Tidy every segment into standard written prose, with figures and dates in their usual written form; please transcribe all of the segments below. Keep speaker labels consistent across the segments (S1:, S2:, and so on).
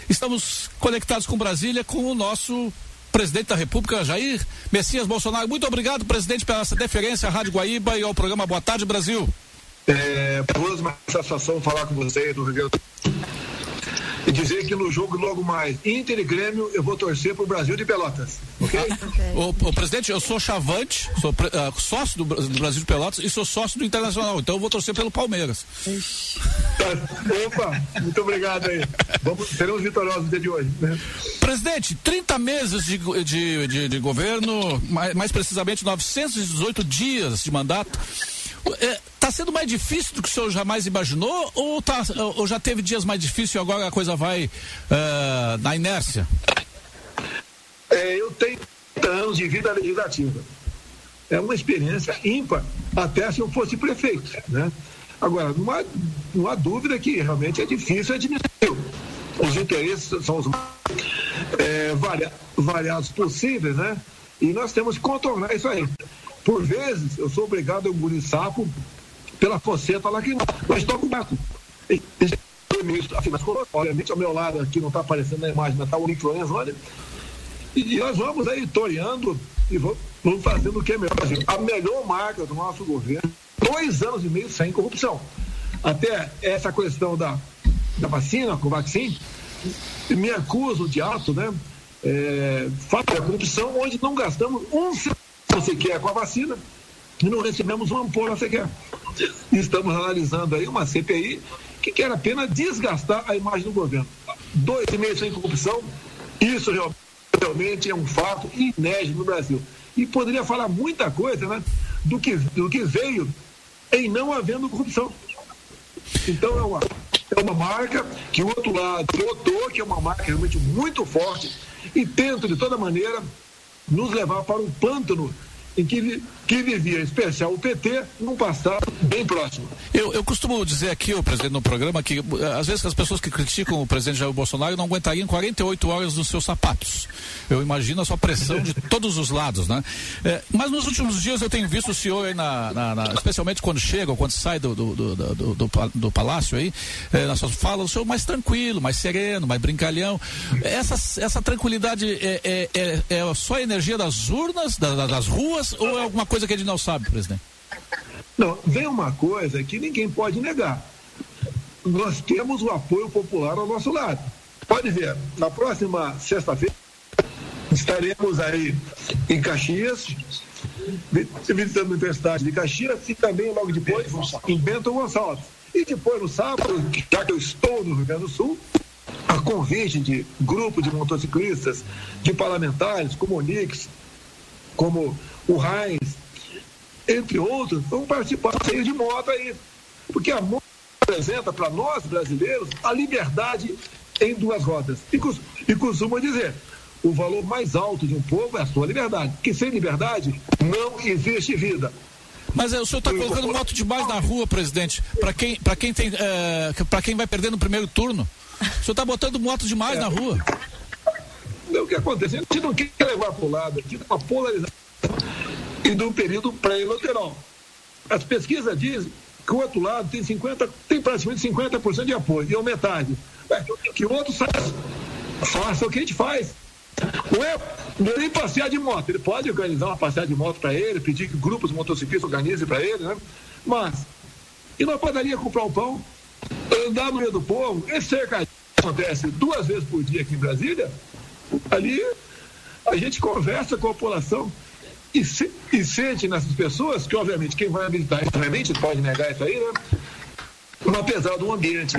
S1: Estamos conectados com Brasília com o nosso presidente da República, Jair Messias Bolsonaro. Muito obrigado, presidente, pela essa deferência à Rádio Guaíba e ao programa Boa Tarde Brasil.
S2: Uma satisfação falar com você do Rio Grande do Sul e dizer que no jogo logo mais Inter e Grêmio eu vou torcer pro Brasil de Pelotas, ok?
S1: O presidente, eu sou chavante, sou sócio do Brasil de Pelotas e sou sócio do Internacional, então eu vou torcer pelo Palmeiras.
S2: Opa, muito obrigado aí. Seremos vitoriosos no dia de hoje, né?
S1: Presidente, 30 meses de governo, mais precisamente 918 dias de mandato. Está sendo mais difícil do que o senhor jamais imaginou ou já teve dias mais difíceis e agora a coisa vai na inércia?
S2: Eu tenho 30 anos de vida legislativa. É uma experiência ímpar, até se eu fosse prefeito, né? Agora, não há dúvida que realmente é difícil administrar. Os interesses são os variados possíveis, né? E nós temos que contornar isso aí. Por vezes, eu sou obrigado a engolir sapo pela foceta lá que nós toca o barco. Obviamente, ao meu lado aqui não está aparecendo na imagem, mas está o influenza, olha. E nós vamos aí toreando e vamos fazendo o que é melhor. A melhor marca do nosso governo, 2 anos e meio sem corrupção. Até essa questão da vacina, com vaccine, me acusam de ato, né? Fato da corrupção, onde não gastamos um centavo sequer com a vacina e não recebemos uma ampola sequer. Estamos analisando aí uma CPI que quer apenas desgastar a imagem do governo. 2 anos e meio sem corrupção, isso realmente é um fato inédito no Brasil. E poderia falar muita coisa, né, do que veio em não havendo corrupção. Então é uma marca que o outro lado notou que é uma marca realmente muito forte e tenta de toda maneira nos levar para um pântano em que vivia, em especial o PT, num passado bem próximo.
S1: Eu costumo dizer aqui, o presidente, no programa, que às vezes as pessoas que criticam o presidente Jair Bolsonaro não aguentariam 48 horas nos seus sapatos. Eu imagino a sua pressão de todos os lados, né? Mas nos últimos dias eu tenho visto o senhor aí especialmente quando chega ou quando sai do palácio aí, nas suas falas, o senhor mais tranquilo, mais sereno, mais brincalhão. Essa tranquilidade é só a energia das urnas, das ruas, ou é alguma coisa que a gente não sabe, presidente?
S2: Não, vem uma coisa que ninguém pode negar. Nós temos o apoio popular ao nosso lado. Pode ver, na próxima sexta-feira estaremos aí em Caxias, visitando a Universidade de Caxias e também logo depois em Bento Gonçalves. E depois no sábado, já que eu estou no Rio Grande do Sul, a convite de grupo de motociclistas, de parlamentares, como o Nix, como o Heinz, entre outros, vão participar de moto aí. Porque a moto representa para nós brasileiros a liberdade em 2 rodas. E costumo dizer, o valor mais alto de um povo é a sua liberdade. Porque sem liberdade não existe vida.
S1: Mas o senhor está colocando moto demais na rua, presidente, para quem vai perder no primeiro turno. O senhor está botando moto demais na rua.
S2: O que acontece? A gente não quer levar para o lado aqui uma polarização e de um período pré-eleitoral. As pesquisas dizem que o outro lado tem praticamente 50% de apoio, e a metade. Que o outro faça o que a gente faz. Não é nem passear de moto. Ele pode organizar uma passeada de moto para ele, pedir que grupos de motociclistas organizem para ele, né? Mas, ir na padaria comprar um pão, andar no meio do povo, esse cercadinho acontece 2 vezes por dia aqui em Brasília, ali a gente conversa com a população e sente nessas pessoas que, obviamente, quem vai visitar, realmente pode negar isso aí, né? Mas, apesar de um ambiente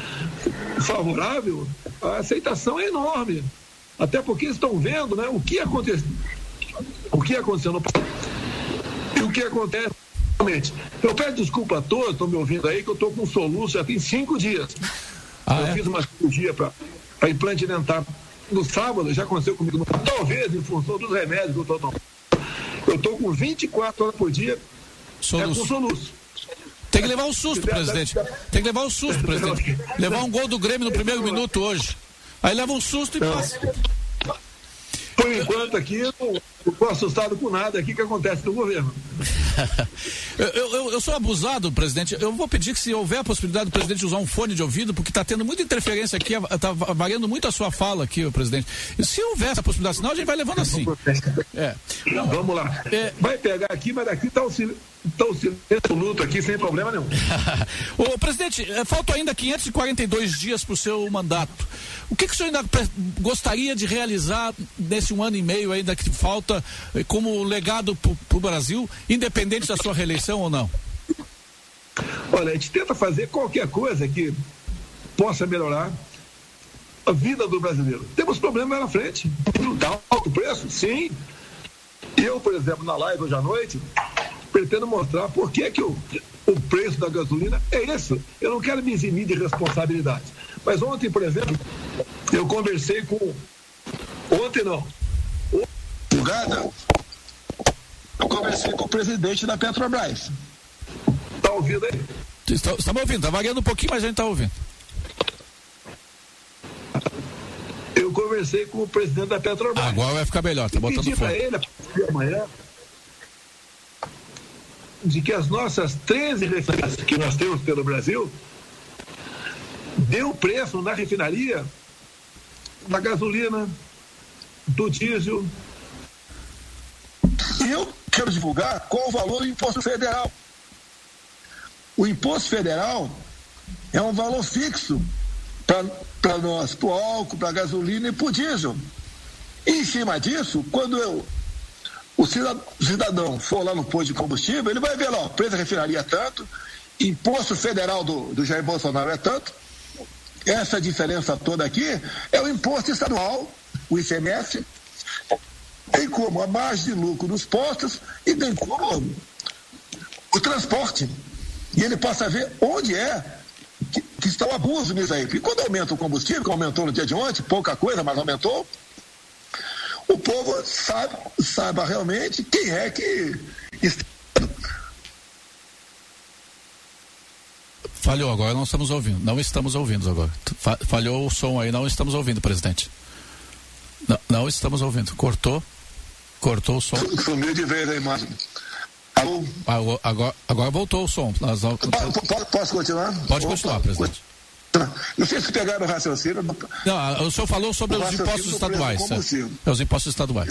S2: favorável, a aceitação é enorme. Até porque estão vendo, né, o que aconteceu no passado e o que acontece realmente. Eu peço desculpa a todos, estão me ouvindo aí, que eu estou com soluço já tem 5 dias. Eu fiz uma cirurgia para implante dentário no sábado, já aconteceu comigo, talvez em função dos remédios que eu estou tomando. Eu estou com 24 horas por dia com soluço.
S1: Tem que levar um susto, presidente. Tem que levar um susto, presidente. Levar um gol do Grêmio no primeiro minuto hoje. Aí leva um susto e passa.
S2: Por enquanto aqui eu não estou assustado com nada aqui que acontece no governo.
S1: Eu sou abusado, presidente. Eu vou pedir que, se houver a possibilidade do presidente usar um fone de ouvido, porque está tendo muita interferência aqui, está variando muito a sua fala aqui, o presidente. E se houver essa possibilidade, senão a gente vai levando assim.
S2: Vamos lá. Vai pegar aqui, mas aqui está o silêncio absoluto aqui, sem problema nenhum.
S1: Ô, presidente, faltam ainda 542 dias para o seu mandato. O que o senhor ainda gostaria de realizar nesse 1 ano e meio ainda que falta como legado para o Brasil, independente da sua reeleição ou não?
S2: Olha, a gente tenta fazer qualquer coisa que possa melhorar a vida do brasileiro. Temos problemas lá na frente. Dá alto preço? Sim. Eu, por exemplo, na live hoje à noite, pretendo mostrar por que o preço da gasolina é esse. Eu não quero me eximir de responsabilidade. Mas ontem, por exemplo, eu conversei com... Ontem não. Eu conversei com o presidente da Petrobras. Está ouvindo aí?
S1: Está me ouvindo. Está variando um pouquinho, mas a gente está ouvindo.
S2: Eu conversei com o presidente da Petrobras.
S1: Agora vai ficar melhor. Está botando
S2: fone. Pedi para ele, amanhã, de que as nossas 13 refinarias que nós temos pelo Brasil deu preço na refinaria da gasolina, do diesel. E eu quero divulgar qual o valor do imposto federal. O imposto federal é um valor fixo para nós, para o álcool, para a gasolina e para o diesel. E em cima disso, quando o cidadão for lá no posto de combustível, ele vai ver lá, o preço da refinaria é tanto, imposto federal do Jair Bolsonaro é tanto. Essa diferença toda aqui é o imposto estadual, o ICMS, tem como a margem de lucro dos postos e tem como o transporte. E ele passa a ver onde que está o abuso nisso aí. Porque quando aumenta o combustível, que aumentou no dia de ontem, pouca coisa, mas aumentou, o povo saiba realmente quem é que está.
S1: Falhou agora, não estamos ouvindo. Não estamos ouvindo agora. Falhou o som aí, não estamos ouvindo, presidente. Não estamos ouvindo. Cortou o som.
S2: Sumiu de vez a imagem.
S1: Alô? Agora voltou o som.
S2: Posso continuar?
S1: Pode continuar, presidente.
S2: Não sei se pegaram o raciocínio.
S1: Não, o senhor falou sobre os impostos estaduais. Os impostos estaduais.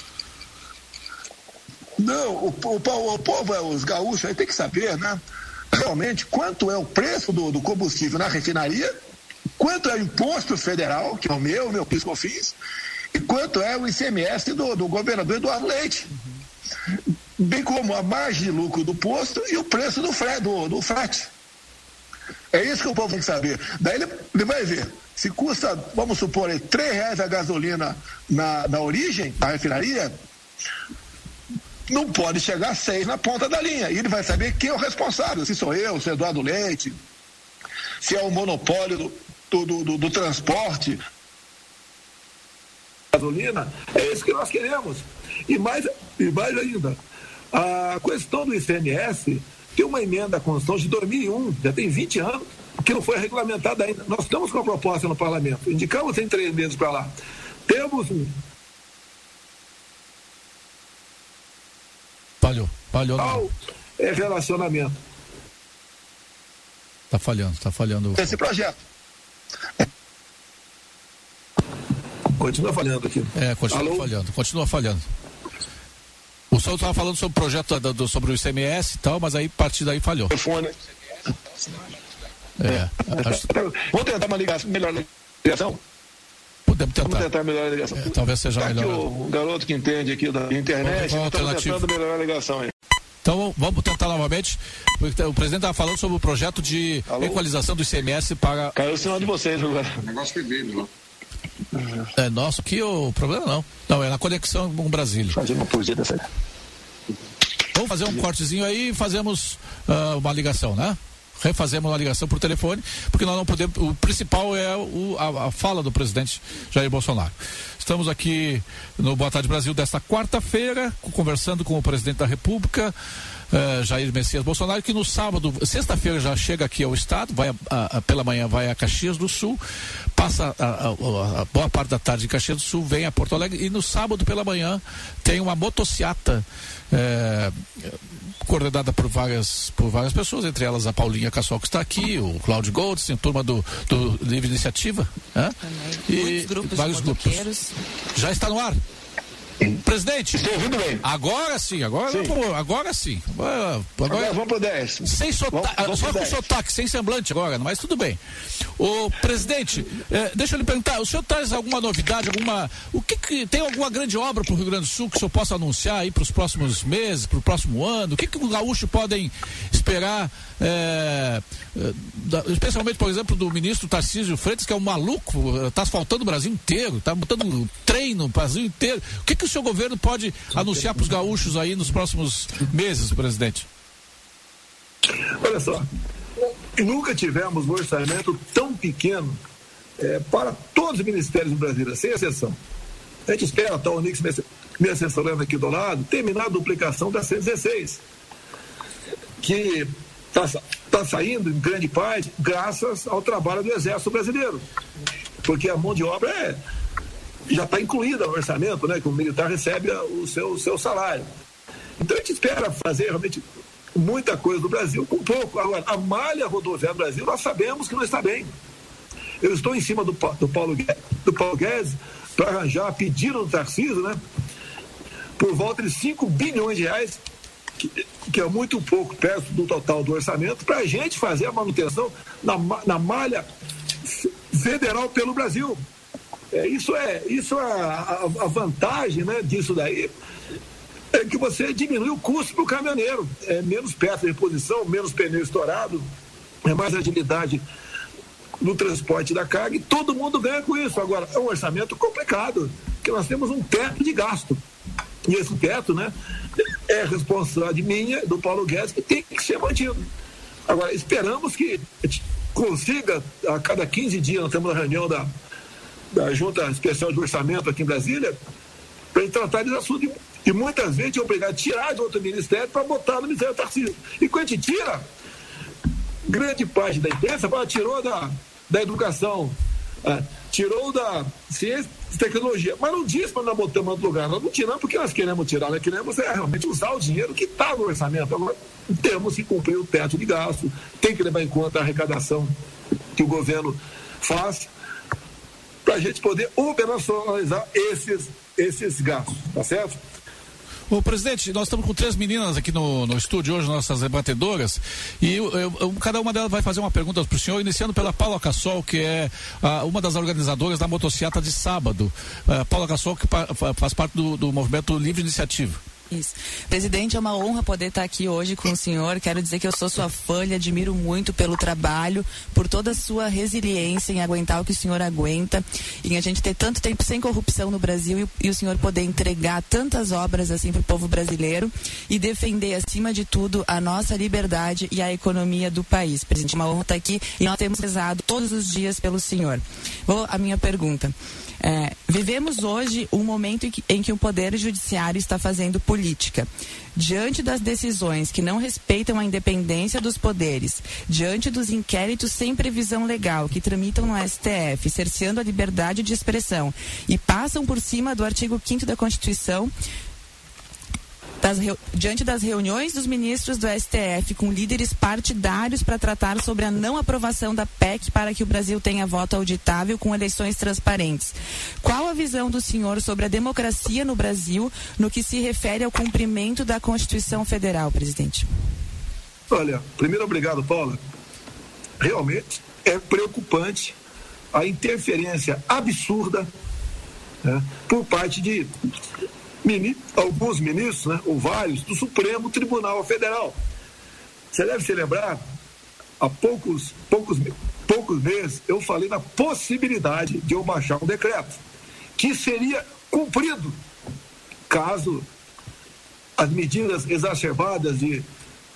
S2: Não, o povo, os gaúchos aí tem que saber, né? Realmente, quanto é o preço do combustível na refinaria, quanto é o imposto federal, que é o meu PIS/COFINS, e quanto é o ICMS do governador Eduardo Leite. Bem como a margem de lucro do posto e o preço do frete. É isso que o povo tem que saber. Daí ele vai ver. Se custa, vamos supor, R$3 a gasolina na origem, na refinaria, não pode chegar a 6 na ponta da linha. E ele vai saber quem é o responsável. Se sou eu, se é Eduardo Leite, se é o monopólio do transporte. Gasolina, é isso que nós queremos. E mais ainda, a questão do ICMS tem uma emenda à Constituição de 2001, já tem 20 anos, que não foi regulamentada ainda. Nós estamos com a proposta no parlamento, indicamos em 3 meses para lá. Temos
S1: Falhou.
S2: Relacionamento.
S1: Tá falhando.
S2: Esse projeto. Continua falhando aqui.
S1: Continua falhando. O senhor estava falando sobre o projeto sobre o ICMS e tal, mas aí a partir daí falhou.
S2: Telefone. Vamos tentar uma melhor ligação?
S1: Podemos tentar.
S2: Vamos tentar melhorar a ligação.
S1: Talvez seja melhor.
S2: O garoto que entende aqui da internet, estamos tentando melhorar a ligação aí.
S1: Então vamos tentar novamente, porque o presidente estava falando sobre o projeto de equalização do ICMS para...
S2: Caiu o sinal de vocês agora.
S3: O negócio foi dele, não?
S1: É nosso aqui, o problema não. Não, é na conexão com Brasília.
S2: Fazer uma poesia dessa.
S1: Vamos fazer um cortezinho aí e fazemos uma ligação, né? refazemos uma ligação por telefone, porque nós não podemos, o principal é a fala do presidente Jair Bolsonaro. Estamos aqui no Boa Tarde Brasil desta quarta-feira, conversando com o presidente da República, Jair Messias Bolsonaro, que no sábado, sexta-feira já chega aqui ao estado, pela manhã vai a Caxias do Sul, passa a boa parte da tarde em Caxias do Sul, vem a Porto Alegre, e no sábado pela manhã tem uma motociata coordenada por várias pessoas, entre elas a Paulinha Cassol, que está aqui, o Cláudio Goldstein, turma do Livre Iniciativa, e vários grupos. Já está no ar. Presidente,
S2: ouvindo bem.
S1: Agora sim. Agora
S2: vamos pro 10.
S1: Sem sotaque, só com sotaque, sem semblante agora, mas tudo bem. O presidente, deixa eu lhe perguntar, o senhor traz alguma novidade, tem alguma grande obra para o Rio Grande do Sul que o senhor possa anunciar aí para os próximos meses, para o próximo ano? O que os gaúchos podem esperar, especialmente, por exemplo, do ministro Tarcísio Freitas, que é um maluco, está asfaltando o Brasil inteiro, está botando trem no Brasil inteiro. O que o seu governo pode anunciar para os gaúchos aí nos próximos meses, presidente?
S2: Olha só, nunca tivemos um orçamento tão pequeno para todos os ministérios do Brasil, sem exceção. A gente espera, o Onix me assessorando aqui do lado, terminar a duplicação da 116, que está saindo em grande parte graças ao trabalho do Exército Brasileiro, porque a mão de obra já está incluída no orçamento, né, que o militar recebe o seu salário. Então a gente espera fazer realmente muita coisa do Brasil com pouco. Agora, a malha rodoviária do Brasil, nós sabemos que não está bem. Eu estou em cima do Paulo Guedes para arranjar, pedido do Tarcísio, né, por volta de 5 bilhões de reais, que é muito pouco perto do total do orçamento, para a gente fazer a manutenção na malha federal pelo Brasil. Isso é a vantagem, né, disso daí, é que você diminui o custo para o caminhoneiro. É menos peça de reposição, menos pneu estourado, mais agilidade no transporte da carga, e todo mundo ganha com isso. Agora, é um orçamento complicado, porque nós temos um teto de gasto. E esse teto, né, é responsabilidade minha, do Paulo Guedes, que tem que ser mantido. Agora, esperamos que a gente consiga, a cada 15 dias, nós temos uma reunião da Junta Especial de Orçamento aqui em Brasília, para a gente tratar desse assunto. E muitas vezes é obrigado a tirar de outro ministério para botar no Ministério do Tarcísio. E quando a gente tira, grande parte da imprensa tirou da educação, tirou da ciência e tecnologia, mas não diz para nós botamos em outro lugar. Nós não tiramos porque nós queremos tirar, nós queremos realmente usar o dinheiro que está no orçamento. Agora, temos que cumprir o teto de gasto, tem que levar em conta a arrecadação que o governo faz, para a gente poder operacionalizar esses gastos, tá certo?
S1: Ô, presidente, nós estamos com 3 meninas aqui no estúdio hoje, nossas debatedoras, e cada uma delas vai fazer uma pergunta para o senhor, iniciando pela Paula Cassol, que é uma das organizadoras da motociata de sábado. Paula Cassol, que faz parte do movimento Livre Iniciativa.
S3: Isso. Presidente, é uma honra poder estar aqui hoje com o senhor. Quero dizer que eu sou sua fã, lhe admiro muito pelo trabalho, por toda a sua resiliência em aguentar o que o senhor aguenta, em a gente ter tanto tempo sem corrupção no Brasil e o senhor poder entregar tantas obras assim para o povo brasileiro e defender, acima de tudo, a nossa liberdade e a economia do país. Presidente, é uma honra estar aqui e nós temos rezado todos os dias pelo senhor. Vou à minha pergunta. Vivemos hoje um momento em que o Poder Judiciário está fazendo política. Diante das decisões que não respeitam a independência dos poderes, diante dos inquéritos sem previsão legal que tramitam no STF, cerceando a liberdade de expressão e passam por cima do artigo 5º da Constituição, diante das reuniões dos ministros do STF com líderes partidários para tratar sobre a não aprovação da PEC para que o Brasil tenha voto auditável com eleições transparentes. Qual a visão do senhor sobre a democracia no Brasil no que se refere ao cumprimento da Constituição Federal, presidente?
S2: Olha, primeiro, obrigado, Paula. Realmente é preocupante a interferência absurda, né, por parte de alguns ministros, né, ou vários, do Supremo Tribunal Federal. Você deve se lembrar, há poucos meses, eu falei na possibilidade de eu baixar um decreto, que seria cumprido caso as medidas exacerbadas de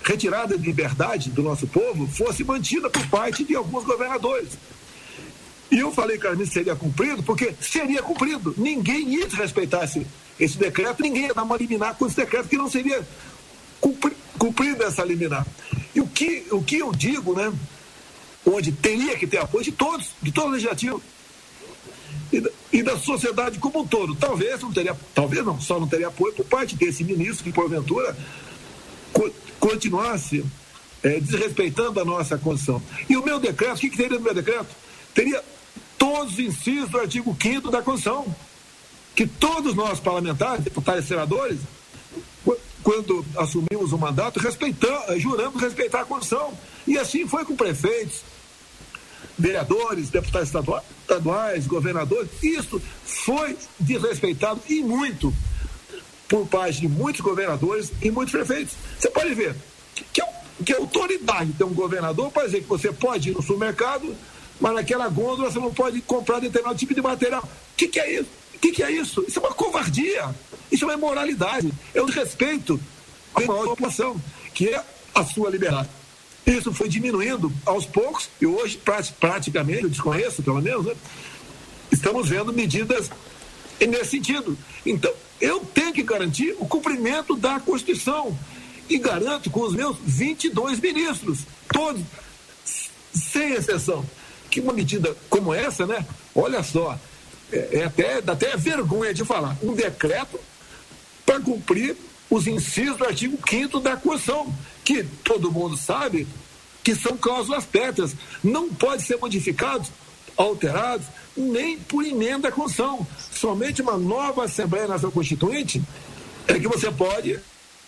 S2: retirada de liberdade do nosso povo fosse mantida por parte de alguns governadores. E eu falei que isso seria cumprido, porque seria cumprido. Ninguém ia desrespeitar esse decreto, ninguém ia dar uma liminar com esse decreto que não seria cumprido essa liminar. E o que eu digo, né, onde teria que ter apoio de todos, de todo o legislativo e da sociedade como um todo. Talvez não, só não teria apoio por parte desse ministro que, porventura, continuasse desrespeitando a nossa Constituição. E o meu decreto, o que teria no meu decreto? Teria todos os incisos do artigo 5º da Constituição, que todos nós parlamentares, deputados e senadores, quando assumimos o mandato, juramos respeitar a Constituição. E assim foi com prefeitos, vereadores, deputados estaduais, governadores. Isso foi desrespeitado e muito por parte de muitos governadores e muitos prefeitos. Você pode ver que autoridade tem um governador para dizer que você pode ir no supermercado, mas naquela gôndola você não pode comprar determinado tipo de material. O que é isso? O que é isso? Isso é uma covardia, isso é uma imoralidade, é um desrespeito à maior população, que é a sua liberdade. Isso foi diminuindo aos poucos, e hoje, praticamente, eu desconheço pelo menos, né, estamos vendo medidas nesse sentido. Então, eu tenho que garantir o cumprimento da Constituição, e garanto com os meus 22 ministros, todos, sem exceção, que uma medida como essa, né, olha só, dá até vergonha de falar, um decreto para cumprir os incisos do artigo 5º da Constituição, que todo mundo sabe que são cláusulas pétreas, não pode ser modificados, alterados, nem por emenda à Constituição. Somente uma nova Assembleia Nacional Constituinte é que você pode...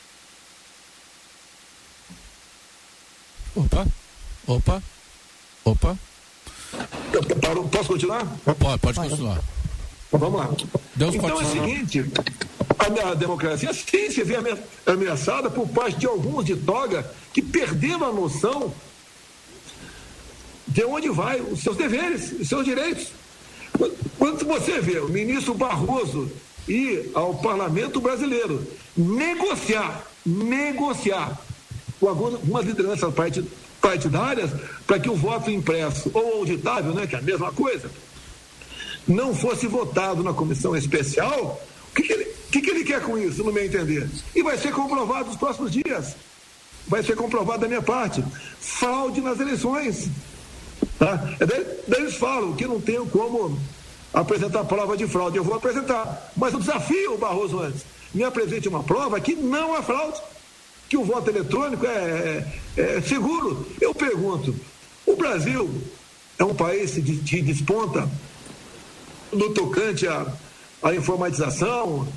S1: Opa.
S2: Posso continuar?
S1: Pode continuar.
S2: Vamos lá. Então é o seguinte, a democracia sim se vê ameaçada por parte de alguns de toga que perderam a noção de onde vai os seus deveres, os seus direitos. Quando você vê o ministro Barroso ir ao Parlamento Brasileiro negociar com algumas lideranças partidárias para que o voto impresso ou auditável, né, que é a mesma coisa, não fosse votado na comissão especial, o que ele quer com isso, no meu entender? E vai ser comprovado nos próximos dias. Vai ser comprovado da minha parte. Fraude nas eleições. Tá? Daí eles falam que não tenho como apresentar prova de fraude. Eu vou apresentar. Mas eu desafio o Barroso antes. Me apresente uma prova que não há fraude, que o voto eletrônico é seguro. Eu pergunto, o Brasil é um país que desponta no tocante à informatização?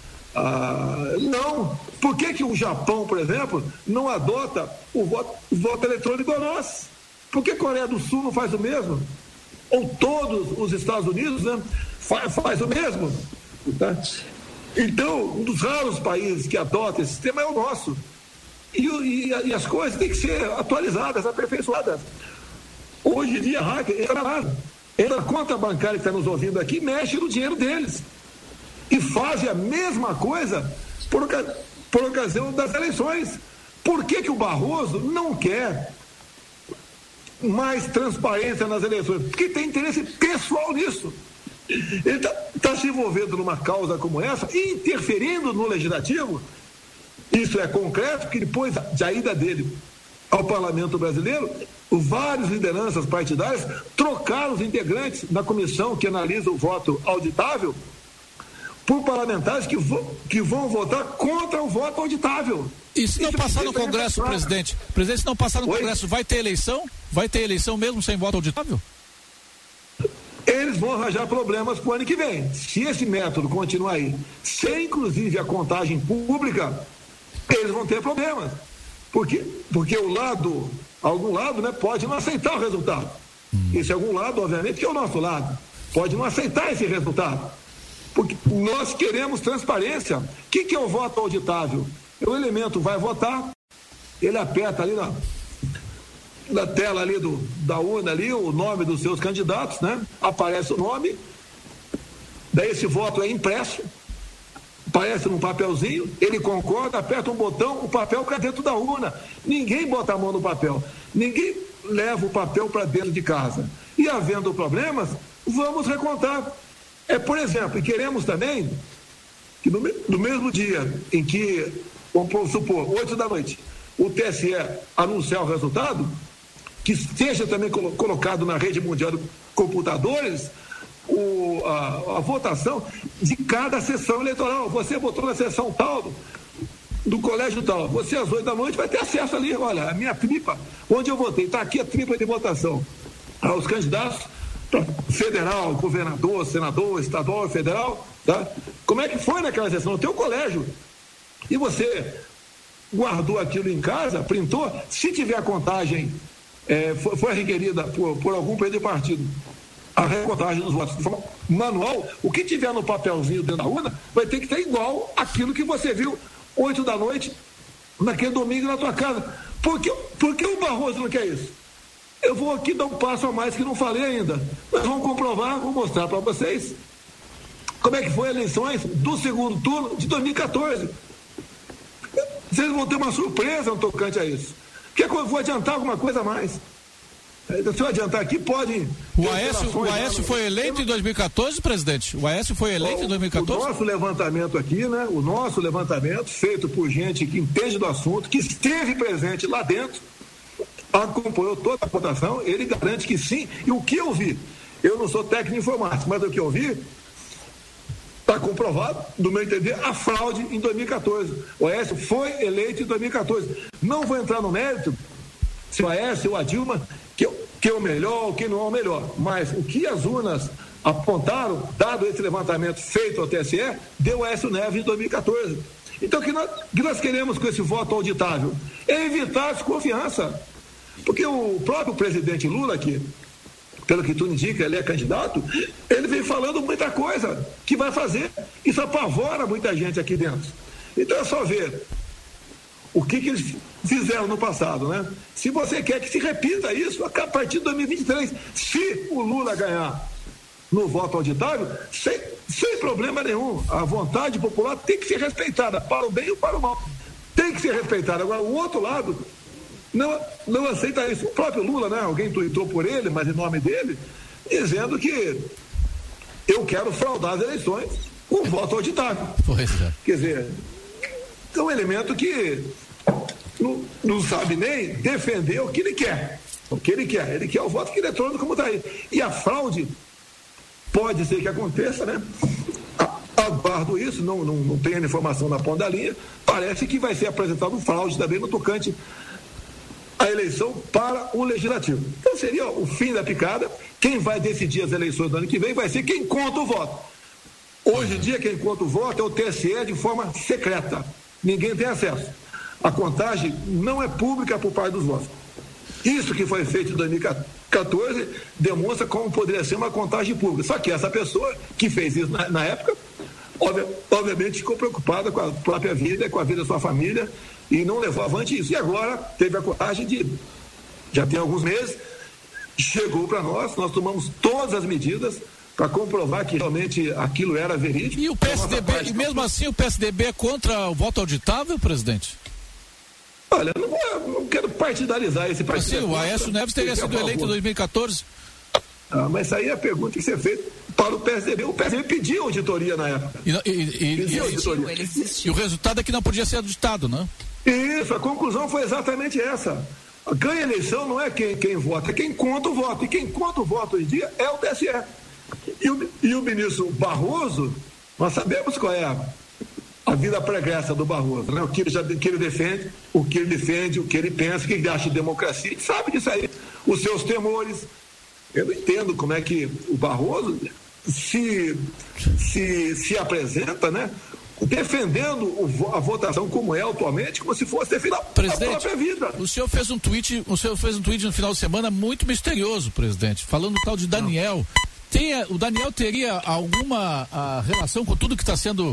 S2: Não. Por que o Japão, por exemplo, não adota o voto eletrônico a nós? Por que a Coreia do Sul não faz o mesmo? Ou todos os Estados Unidos, né, faz o mesmo? Tá? Então, um dos raros países que adota esse sistema é o nosso. E as coisas têm que ser atualizadas, aperfeiçoadas. Hoje em dia, hacker entra na conta bancária que está nos ouvindo aqui, mexe no dinheiro deles. E fazem a mesma coisa por ocasião das eleições. Por que o Barroso não quer mais transparência nas eleições? Porque tem interesse pessoal nisso. Ele está se envolvendo numa causa como essa, interferindo no legislativo. Isso é concreto, que depois da ida dele ao Parlamento Brasileiro, várias lideranças partidárias trocaram os integrantes da comissão que analisa o voto auditável por parlamentares que vão votar contra o voto auditável.
S1: E se não passar no Congresso, presidente? Presidente, se não passar no Congresso, vai ter eleição? Vai ter eleição mesmo sem voto auditável?
S2: Eles vão arranjar problemas para o ano que vem. Se esse método continuar aí, sem inclusive a contagem pública, eles vão ter problemas. Porque algum lado, né, pode não aceitar o resultado. Esse algum lado, obviamente, que é o nosso lado, pode não aceitar esse resultado. Porque nós queremos transparência. O que é o voto auditável? O elemento vai votar, ele aperta ali na tela ali da urna ali, o nome dos seus candidatos, né? Aparece o nome, daí esse voto é impresso, aparece num papelzinho, ele concorda, aperta um botão, o papel cai dentro da urna. Ninguém bota a mão no papel, ninguém leva o papel para dentro de casa. E havendo problemas, vamos recontar. Por exemplo, e queremos também que no mesmo dia em que, vamos supor, 8 da noite, o TSE anunciar o resultado, que esteja também colocado na rede mundial de computadores a votação de cada sessão eleitoral. Você votou na sessão tal, do colégio tal, você às 8 da noite vai ter acesso ali, olha, a minha tripa, onde eu votei, está aqui a tripa de votação. Os candidatos federal, governador, senador, estadual e federal, tá? Como é que foi naquela sessão? No teu colégio. E você guardou aquilo em casa, printou, se tiver a contagem, foi requerida por algum partido, a recontagem dos votos de forma manual, o que tiver no papelzinho dentro da urna vai ter que ter igual aquilo que você viu 8 da noite naquele domingo na tua casa. Por que o Barroso não quer isso? Eu vou aqui dar um passo a mais que não falei ainda. Nós vamos comprovar, vou mostrar para vocês como é que foi as eleições do segundo turno de 2014. Vocês vão ter uma surpresa no tocante a isso. Quer que eu vou adiantar alguma coisa a mais? Se eu adiantar aqui, pode...
S1: O Aécio foi eleito em 2014, presidente? O Aécio foi eleito em 2014?
S2: O nosso levantamento aqui, né? O nosso levantamento, feito por gente que entende do assunto, que esteve presente lá dentro, acompanhou toda a votação, ele garante que sim. E o que eu vi? Eu não sou técnico informático, mas o que eu vi está comprovado, no meu entender, a fraude em 2014. O Aécio foi eleito em 2014. Não vou entrar no mérito se o Aécio ou a Dilma que é o melhor ou quem não é o melhor, mas o que as urnas apontaram, dado esse levantamento feito ao TSE, deu Aécio Neves em 2014. Então, o que nós queremos com esse voto auditável? É evitar a desconfiança. Porque o próprio presidente Lula, que, pelo que tu indica, ele é candidato, ele vem falando muita coisa que vai fazer. Isso apavora muita gente aqui dentro. Então é só ver o que eles fizeram no passado, né? Se você quer que se repita isso, a partir de 2023, se o Lula ganhar no voto auditável, sem problema nenhum, a vontade popular tem que ser respeitada, para o bem ou para o mal. Tem que ser respeitada. Agora, o outro lado não aceita isso. O próprio Lula, né? Alguém tuitou por ele, mas em nome dele, dizendo que eu quero fraudar as eleições com voto auditável.
S1: Pois é.
S2: Quer dizer, é um elemento que não sabe nem defender o que ele quer. O que ele quer. Ele quer o voto eletrônico como está aí. E a fraude pode ser que aconteça, né? Aguardo isso, não tenho informação na ponta da linha. Parece que vai ser apresentado fraude também no tocante a eleição para o legislativo. Então seria o fim da picada. Quem vai decidir as eleições do ano que vem vai ser quem conta o voto. Hoje em dia quem conta o voto é o TSE de forma secreta. Ninguém tem acesso. A contagem não é pública por parte dos votos. Isso que foi feito em 2014 demonstra como poderia ser uma contagem pública. Só que essa pessoa que fez isso na época, obviamente ficou preocupada com a própria vida, com a vida da sua família, e não levou avante isso. E agora teve a coragem já tem alguns meses, chegou para nós tomamos todas as medidas para comprovar que realmente aquilo era verídico.
S1: E o PSDB, e mesmo assim o PSDB é contra o voto auditável, presidente?
S2: Olha, não quero partidarizar esse partido.
S1: Assim, o Aécio Neves teria sido eleito em 2014.
S2: Mas isso aí é a pergunta que você fez para o PSDB. O PSDB pediu auditoria na época.
S1: E o resultado é que não podia ser auditado, né?
S2: Isso, a conclusão foi exatamente essa. Ganha eleição não é quem vota, é quem conta o voto. E quem conta o voto hoje em dia é o TSE. E o ministro Barroso, nós sabemos qual é a vida pregressa do Barroso, né? O que ele defende, o que ele pensa, o que ele acha de democracia, a gente sabe disso aí, os seus temores. Eu não entendo como é que o Barroso se apresenta, apresenta, né? Defendendo a votação como é atualmente, como se fosse defender a própria vida.
S1: O senhor fez um tweet no final de semana muito misterioso, presidente, falando do tal de Daniel. O Daniel teria alguma relação com tudo que está sendo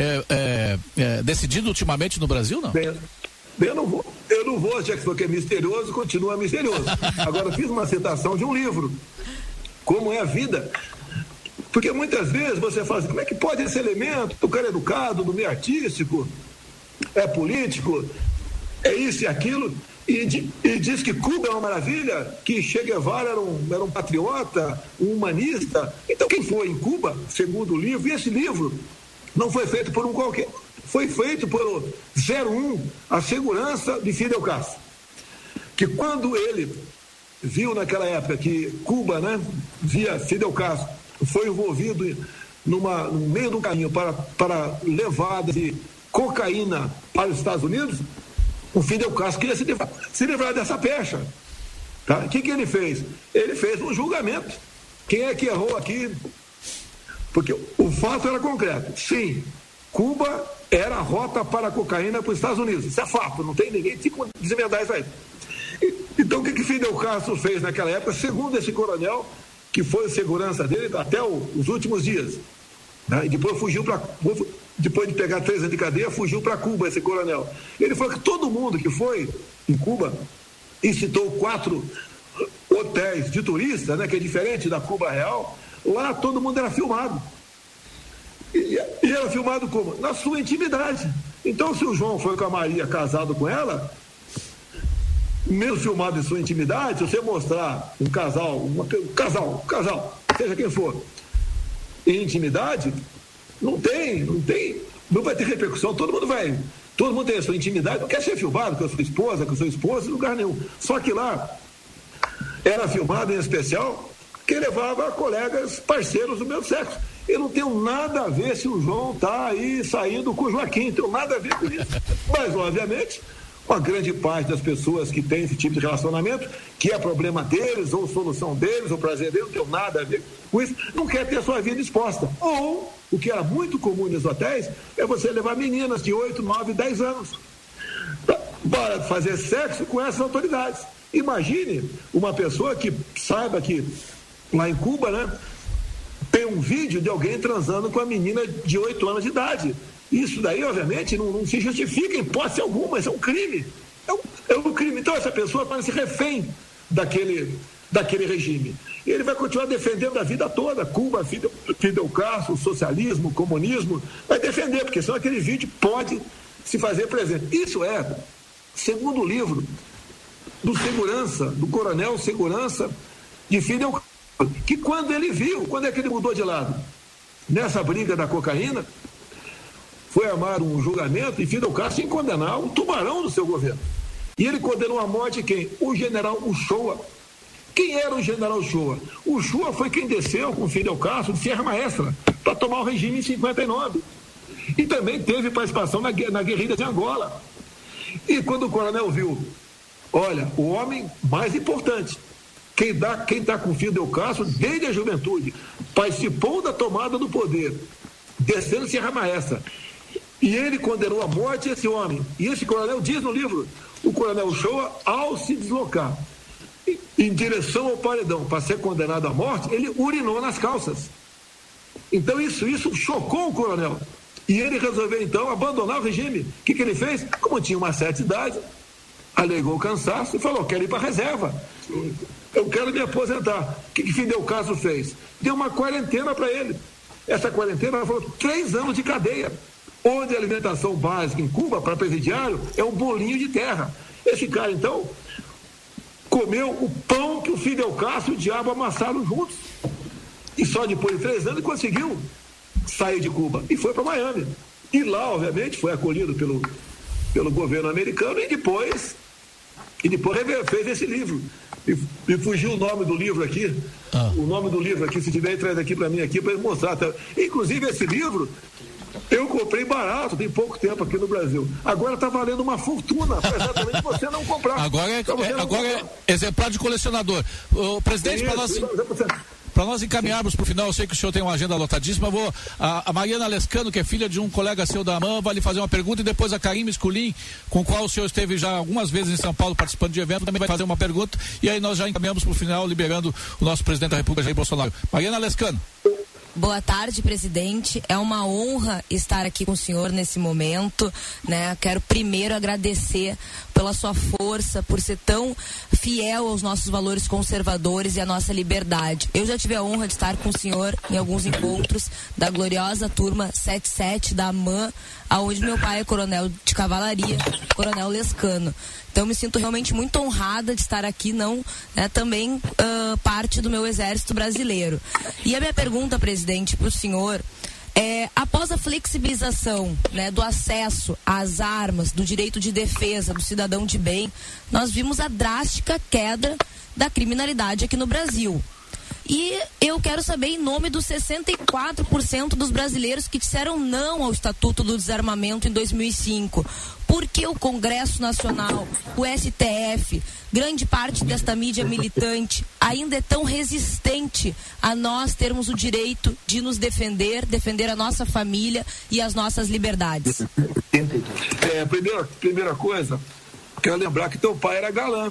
S1: decidido ultimamente no Brasil, não?
S2: Eu não vou, já que você é misterioso, continua misterioso. Agora, fiz uma citação de um livro, Como é a Vida. Porque muitas vezes você fala assim, como é que pode esse elemento, o cara é educado, do meio artístico, é político, é isso e aquilo, e diz que Cuba é uma maravilha, que Che Guevara era um patriota, um humanista. Então quem foi em Cuba, segundo o livro, e esse livro não foi feito por um qualquer, foi feito pelo 01, a segurança de Fidel Castro, que quando ele viu naquela época que Cuba, né, via Fidel Castro, foi envolvido no meio do caminho para levada de cocaína para os Estados Unidos, o Fidel Castro queria se livrar dessa pecha. Tá? O que ele fez? Ele fez um julgamento. Quem é que errou aqui? Porque o fato era concreto. Sim, Cuba era a rota para a cocaína para os Estados Unidos. Isso é fato, não tem ninguém que desvendar isso aí. Então, o que Fidel Castro fez naquela época, segundo esse coronel, que foi segurança dele até os últimos dias, né? E depois fugiu depois de pegar 3 anos de cadeia, fugiu para Cuba, esse coronel. Ele falou que todo mundo que foi em Cuba e citou 4 hotéis de turista, né, que é diferente da Cuba real, lá todo mundo era filmado. E era filmado como? Na sua intimidade. Então, se o João foi com a Maria casado com ela, mesmo filmado em sua intimidade, se você mostrar um casal, seja quem for, em intimidade, não vai ter repercussão, todo mundo tem a sua intimidade, não quer ser filmado com a sua esposa, em lugar nenhum. Só que lá era filmado em especial que levava colegas parceiros do meu sexo. Eu não tenho nada a ver se o João está aí saindo com o Joaquim, não tenho nada a ver com isso. Mas, obviamente, uma grande parte das pessoas que tem esse tipo de relacionamento, que é problema deles, ou solução deles, ou prazer deles, não tem nada a ver com isso, não quer ter a sua vida exposta. Ou, o que era muito comum nos hotéis, é você levar meninas de 8, 9, 10 anos para fazer sexo com essas autoridades. Imagine uma pessoa que saiba que lá em Cuba, né, tem um vídeo de alguém transando com a menina de 8 anos de idade. Isso daí, obviamente, não se justifica em hipótese alguma, isso é um crime. É um crime. Então, essa pessoa torna-se refém daquele regime. E ele vai continuar defendendo a vida toda. Cuba, Fidel Castro, socialismo, comunismo, vai defender, porque senão aquele vídeo pode se fazer presente. Isso é, segundo o livro do coronel segurança de Fidel Castro, que quando é que ele mudou de lado? Nessa briga da cocaína, foi armado um julgamento e Fidel Castro ia condenar um tubarão do seu governo. E ele condenou à morte quem? O general Uchoa. Quem era o general Uchoa? O Uchoa foi quem desceu com Fidel Castro de Sierra Maestra para tomar o regime em 59. E também teve participação na guerrilha de Angola. E quando o coronel viu, olha, o homem mais importante, quem está com Fidel Castro desde a juventude, participou da tomada do poder, descendo Sierra Maestra, e ele condenou à morte esse homem. E esse coronel diz no livro, o coronel Uchoa, ao se deslocar em direção ao paredão para ser condenado à morte, ele urinou nas calças. Então isso chocou o coronel. E ele resolveu então abandonar o regime. O que ele fez? Como tinha uma certa idade, alegou o cansaço e falou, quero ir para a reserva. Eu quero me aposentar. O que Fidel Castro fez? Deu uma quarentena para ele. Essa quarentena foram 3 anos de cadeia, onde a alimentação básica em Cuba, para presidiário, é um bolinho de terra. Esse cara, então, comeu o pão que o Fidel Castro e o diabo amassaram juntos. E só depois de 3 anos conseguiu sair de Cuba e foi para Miami. E lá, obviamente, foi acolhido pelo governo americano e depois fez esse livro. E fugiu o nome do livro aqui. O nome do livro aqui, se tiver, traz aqui para mim aqui para mostrar. Inclusive, esse livro eu comprei barato, tem pouco tempo aqui no Brasil. Agora está valendo uma fortuna, para exatamente você não comprar.
S1: Agora é exemplar de colecionador. O presidente, para nós encaminharmos para o final, eu sei que o senhor tem uma agenda lotadíssima, a Mariana Lescano, que é filha de um colega seu da AMAN, vai lhe fazer uma pergunta, e depois a Karine Esculin, com a qual o senhor esteve já algumas vezes em São Paulo participando de evento, também vai fazer uma pergunta, e aí nós já encaminhamos para o final, liberando o nosso presidente da República, Jair Bolsonaro. Mariana Lescano.
S4: Boa tarde, presidente. É uma honra estar aqui com o senhor nesse momento, né? Quero primeiro agradecer pela sua força, por ser tão fiel aos nossos valores conservadores e à nossa liberdade. Eu já tive a honra de estar com o senhor em alguns encontros da gloriosa turma 77 da AMAN, aonde meu pai é coronel de cavalaria, coronel Lescano. Então me sinto realmente muito honrada de estar aqui, também parte do meu exército brasileiro. E a minha pergunta, presidente, para o senhor após a flexibilização, do acesso às armas, do direito de defesa do cidadão de bem, nós vimos a drástica queda da criminalidade aqui no Brasil. E eu quero saber, em nome dos 64% dos brasileiros que disseram não ao Estatuto do Desarmamento em 2005, por que o Congresso Nacional, o STF, grande parte desta mídia militante ainda é tão resistente a nós termos o direito de nos defender a nossa família e as nossas liberdades?
S2: Primeira coisa, quero lembrar que teu pai era galã.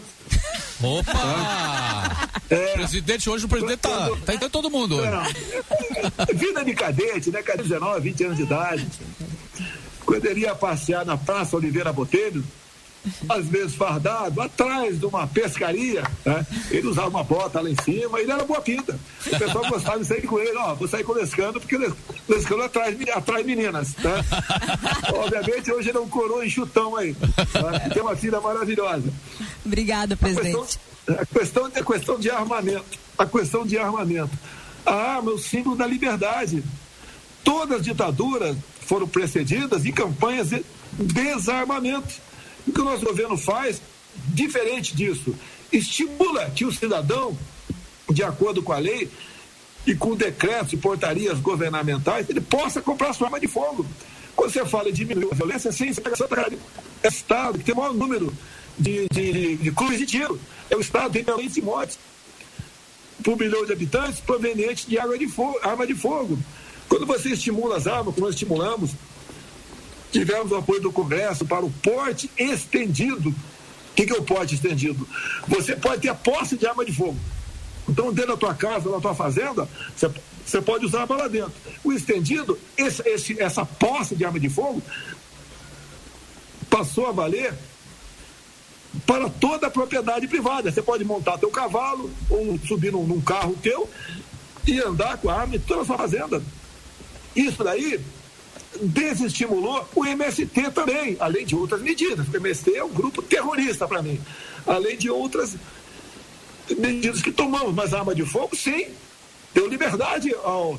S1: Opa! Presidente, hoje o presidente tá entendendo todo mundo.
S2: Vida de cadete, né? Cadete 19, 20 anos de idade. Quando ele ia passear na Praça Oliveira Botelho, às vezes fardado, atrás de uma pescaria, né? Ele usava uma bota lá em cima, ele era boa pinta. O pessoal gostava de sair com ele, vou sair com o Lescano, porque o Lescano atrai meninas, né? Obviamente, hoje ele é um coroa enxutão aí, né? Tem uma filha maravilhosa.
S4: Obrigada, presidente.
S2: A questão de armamento. A arma é o símbolo da liberdade. Todas as ditaduras foram precedidas de campanhas de desarmamento. O que o nosso governo faz, diferente disso, estimula que o cidadão, de acordo com a lei e com decretos e portarias governamentais, ele possa comprar sua arma de fogo. Quando você fala em diminuir a violência, sim, você pega Santa Catarina, é o estado que tem o maior número de clubes de tiro. É o estado que tem maior índice de mortes por milhão de habitantes provenientes de arma de fogo. Quando você estimula as armas, como nós estimulamos, tivemos o apoio do Congresso para o porte estendido. O que é o porte estendido? Você pode ter a posse de arma de fogo. Então, dentro da tua casa, na tua fazenda, você pode usar a arma lá dentro. O estendido, essa posse de arma de fogo, passou a valer para toda a propriedade privada. Você pode montar teu cavalo ou subir num carro teu e andar com a arma em toda a sua fazenda. Isso daí desestimulou o MST também, além de outras medidas. O MST é um grupo terrorista para mim, além de outras medidas que tomamos, mas a arma de fogo, sim, deu liberdade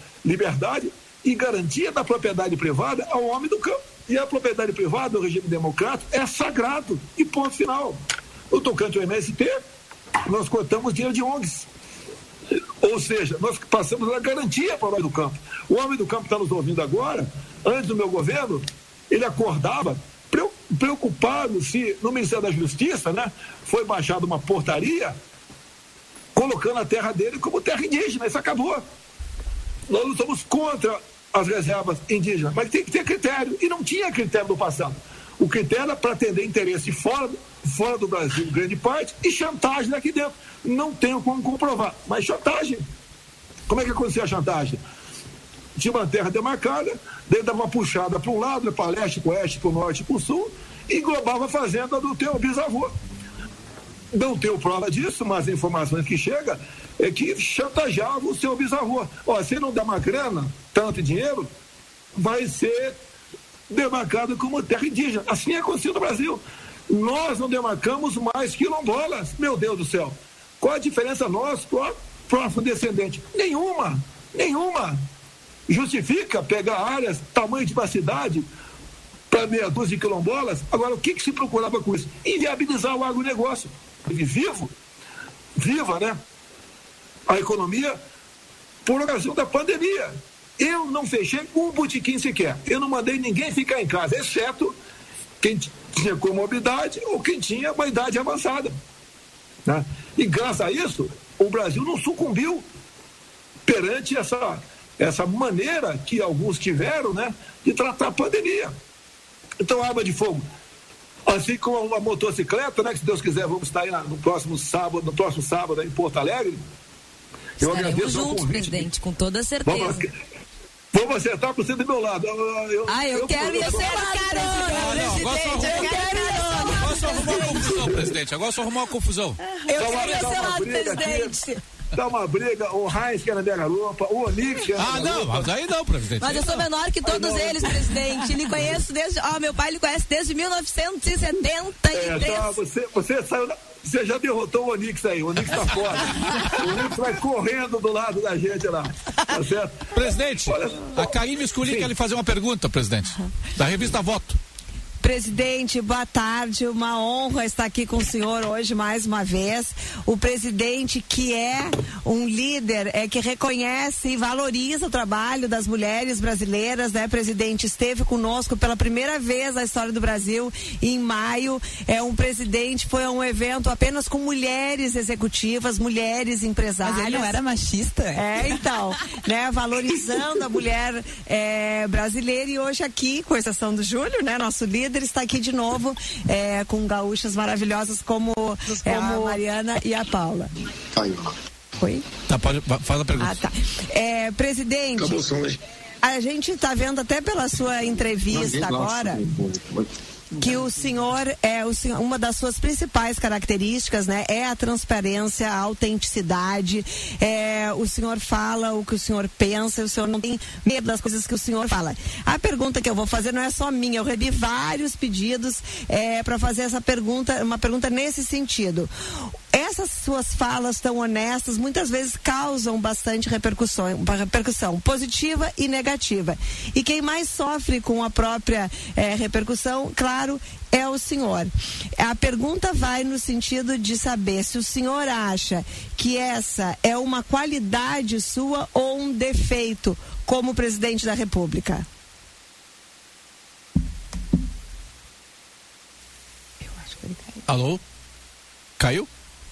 S2: e garantia da propriedade privada ao homem do campo. E a propriedade privada, no regime democrático, é sagrado. E ponto final. No tocante ao MST, nós cortamos dinheiro de ONGs. Ou seja, nós passamos a garantia para o homem do campo. O homem do campo está nos ouvindo agora. Antes do meu governo, ele acordava preocupado se no Ministério da Justiça, foi baixada uma portaria colocando a terra dele como terra indígena. Isso acabou. Nós não somos contra as reservas indígenas, mas tem que ter critério. E não tinha critério no passado. O critério era para atender interesse fora do Brasil, grande parte, e chantagem aqui dentro. Não tenho como comprovar, mas chantagem. Como é que acontecia a chantagem? Tinha uma terra demarcada, daí dava uma puxada para um lado, para leste, para oeste, para o norte e para o sul, e englobava a fazenda do teu bisavô. Não tenho prova disso, mas as informações que chegam é que chantageava o seu bisavô. Se não dá uma grana, tanto dinheiro, vai ser demarcado como terra indígena. Assim aconteceu no Brasil. Nós não demarcamos mais quilombolas. Meu Deus do céu. Qual a diferença nossa para o afrodescendente? Nenhuma. Justifica pegar áreas, tamanho de uma cidade, para meia dúzia de quilombolas. Agora, o que se procurava com isso? Inviabilizar o agronegócio. Viva, a economia por ocasião da pandemia. Eu não fechei um botequim sequer. Eu não mandei ninguém ficar em casa, exceto quem tinha comorbidade ou quem tinha uma idade avançada. E graças a isso, o Brasil não sucumbiu perante essa maneira que alguns tiveram, de tratar a pandemia. Então, arma de fogo, assim como a motocicleta, que se Deus quiser vamos estar aí no próximo sábado em Porto Alegre. Eu agradeço
S4: juntos, presidente, com toda certeza.
S2: Vamos acertar para você do meu lado.
S4: Eu quero ir ser
S1: Agora só arrumou uma confusão, presidente. Agora só arrumou uma confusão.
S4: Eu quero ir ser lado, presidente.
S2: Tá uma briga, o Heinz que era da garupa, o Onix que era da garupa.
S1: Não, mas aí não, presidente.
S4: Mas eu sou menor que todos eles, presidente. Lhe conheço desde... meu pai lhe conhece desde 1973.
S2: Você saiu... Você já derrotou o Onix aí, o Onix tá fora. O Onix vai correndo do lado da gente lá. Tá certo?
S1: Presidente, a Karine Esculi quer lhe fazer uma pergunta, presidente. Da revista Voto.
S5: Presidente, boa tarde, uma honra estar aqui com o senhor hoje mais uma vez. O presidente que é um líder, que reconhece e valoriza o trabalho das mulheres brasileiras, né? Presidente, esteve conosco pela primeira vez na história do Brasil em maio. Foi a um evento apenas com mulheres executivas, mulheres empresárias.
S3: Mas ele não era machista?
S5: Então, né? Valorizando a mulher brasileira, e hoje aqui, com exceção do Júlio, né? Nosso líder, está aqui de novo com gaúchas maravilhosas como a Mariana e a Paula. Oi?
S1: Tá, faz a pergunta.
S5: Tá. Presidente, a gente está vendo até pela sua entrevista agora que o senhor uma das suas principais características, né, é a transparência, a autenticidade. O senhor fala o que o senhor pensa, o senhor não tem medo das coisas que o senhor fala. A pergunta que eu vou fazer não é só minha, eu recebi vários pedidos para fazer essa pergunta, uma pergunta nesse sentido. Essas suas falas tão honestas muitas vezes causam bastante repercussão positiva e negativa. E quem mais sofre com a própria repercussão, claro, é o senhor. A pergunta vai no sentido de saber se o senhor acha que essa é uma qualidade sua ou um defeito como presidente da República.
S3: Eu acho que ele caiu.
S1: Alô? Caiu?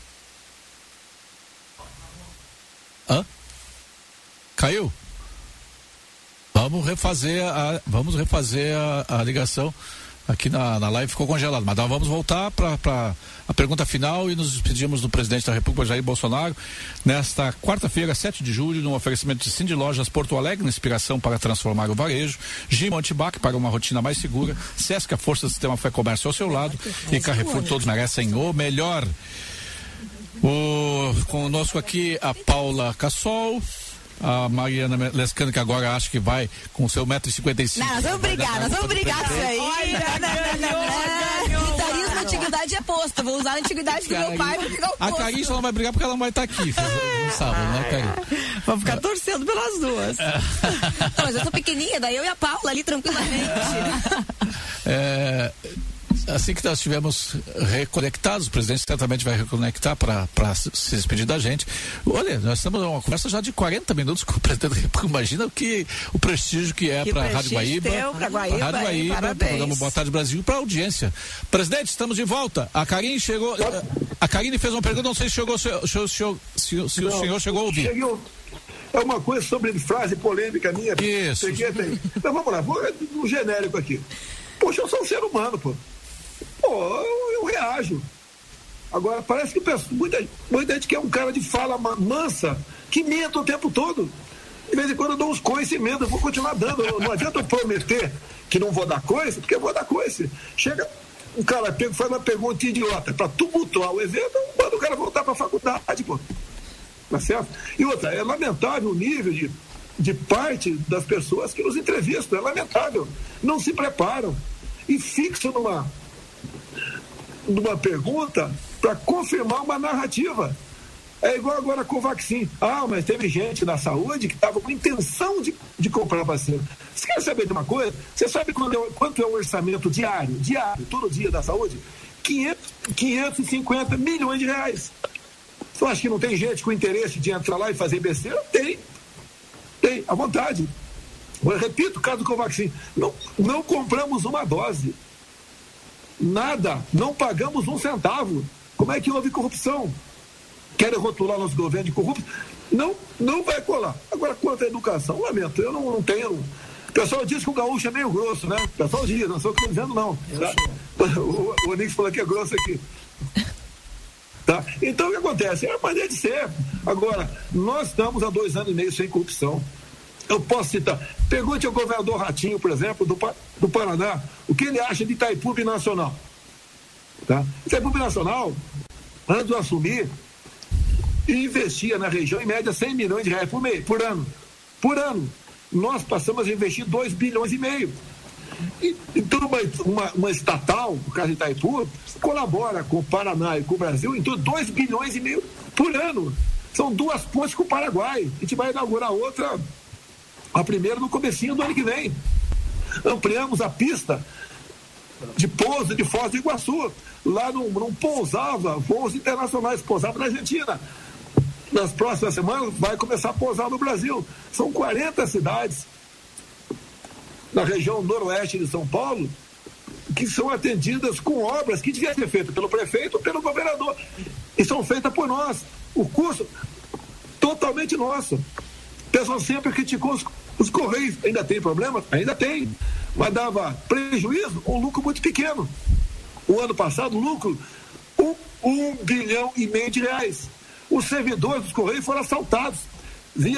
S1: Caiu? Vamos refazer a ligação aqui na live, ficou congelado, mas vamos voltar para a pergunta final e nos despedimos do presidente da República, Jair Bolsonaro, nesta quarta-feira, 7 de julho, num oferecimento de Cindy Lojas Porto Alegre, inspiração para transformar o varejo, Gimo Antibac para uma rotina mais segura, Sesc, a força do sistema Fé Comércio ao seu lado, e Carrefour, todos merecem o melhor. Conosco aqui a Paula Cassol, a Mariana Lescano, que agora acho que vai com o seu 1,55 m.
S4: Nós vamos brigar com isso aí. Militarismo, antiguidade é posto. Vou usar a antiguidade do meu pai para ficar o posto.
S1: A Karine só não vai brigar porque ela não vai estar aqui no sábado, né, Karine?
S5: Vou ficar torcendo pelas duas.
S4: Não, mas eu sou pequenininha, daí eu e a Paula ali tranquilamente.
S1: Assim que nós estivermos reconectados, o presidente certamente vai reconectar para se despedir da gente. Olha, nós estamos numa conversa já de 40 minutos com o presidente da República. Imagina o prestígio que é para a Rádio Guaíba. Rádio Guaíba, programa Boa Tarde Brasil, para a audiência. Presidente, estamos de volta. A Karine chegou. A Karine fez uma pergunta, não sei se o senhor chegou a ouvir.
S2: É uma coisa sobre frase polêmica minha.
S1: Isso.
S2: Então vamos lá, vou no genérico aqui. Poxa, eu sou um ser humano, pô. Eu reajo. Agora, parece que muita gente quer um cara de fala mansa, que minta o tempo todo. De vez em quando eu dou uns coices e emenda, eu vou continuar dando. Não adianta eu prometer que não vou dar coisa, porque eu vou dar coisa. Chega um cara faz uma pergunta idiota para tumultuar o evento, manda o cara voltar para a faculdade, pô. Tá certo? E outra, é lamentável o nível de parte das pessoas que nos entrevistam, é lamentável. Não se preparam e fixam numa pergunta para confirmar uma narrativa. É igual agora com o Covaxin. Mas teve gente da saúde que estava com intenção de comprar vacina. Você quer saber de uma coisa? Você sabe quanto é o orçamento diário, todo dia da saúde? 550 milhões de reais. Você acha que não tem gente com interesse de entrar lá e fazer besteira? Tem, à vontade. Eu repito, o caso do Covaxin. Não compramos uma dose. Nada, não pagamos um centavo. Como é que houve corrupção? Querem rotular nosso governo de corrupto? Não vai colar. Agora, quanto à educação, lamento, eu não tenho. O pessoal diz que o gaúcho é meio grosso, né? O pessoal diz, não sou eu que estou dizendo, não. Tá? O Onix falou que é grosso aqui. Tá? Então, o que acontece? É a maneira de ser. Agora, nós estamos há 2 anos e meio sem corrupção. Eu posso citar. Pergunte ao governador Ratinho, por exemplo, do Paraná, o que ele acha de Itaipu Binacional. Tá? Itaipu Binacional, antes de assumir, investia na região em média 100 milhões de reais por ano. Por ano. Nós passamos a investir 2 bilhões e meio. Então, uma estatal, no caso de Itaipu, colabora com o Paraná e com o Brasil em torno de 2 bilhões e meio por ano. São 2 pontes com o Paraguai. A gente vai inaugurar outra, a primeira no comecinho do ano que vem. Ampliamos a pista de pouso de Foz do Iguaçu. Lá não pousava voos internacionais, pousava na Argentina. Nas próximas semanas vai começar a pousar no Brasil. São 40 cidades na região noroeste de São Paulo que são atendidas com obras que deviam ser feitas pelo prefeito ou pelo governador. E são feitas por nós. O custo totalmente nosso. O pessoal sempre criticou os Correios. Ainda tem problema? Ainda tem. Mas dava prejuízo ou lucro muito pequeno. O ano passado, o lucro, 1,5 bilhão de reais. Os servidores dos Correios foram assaltados. Via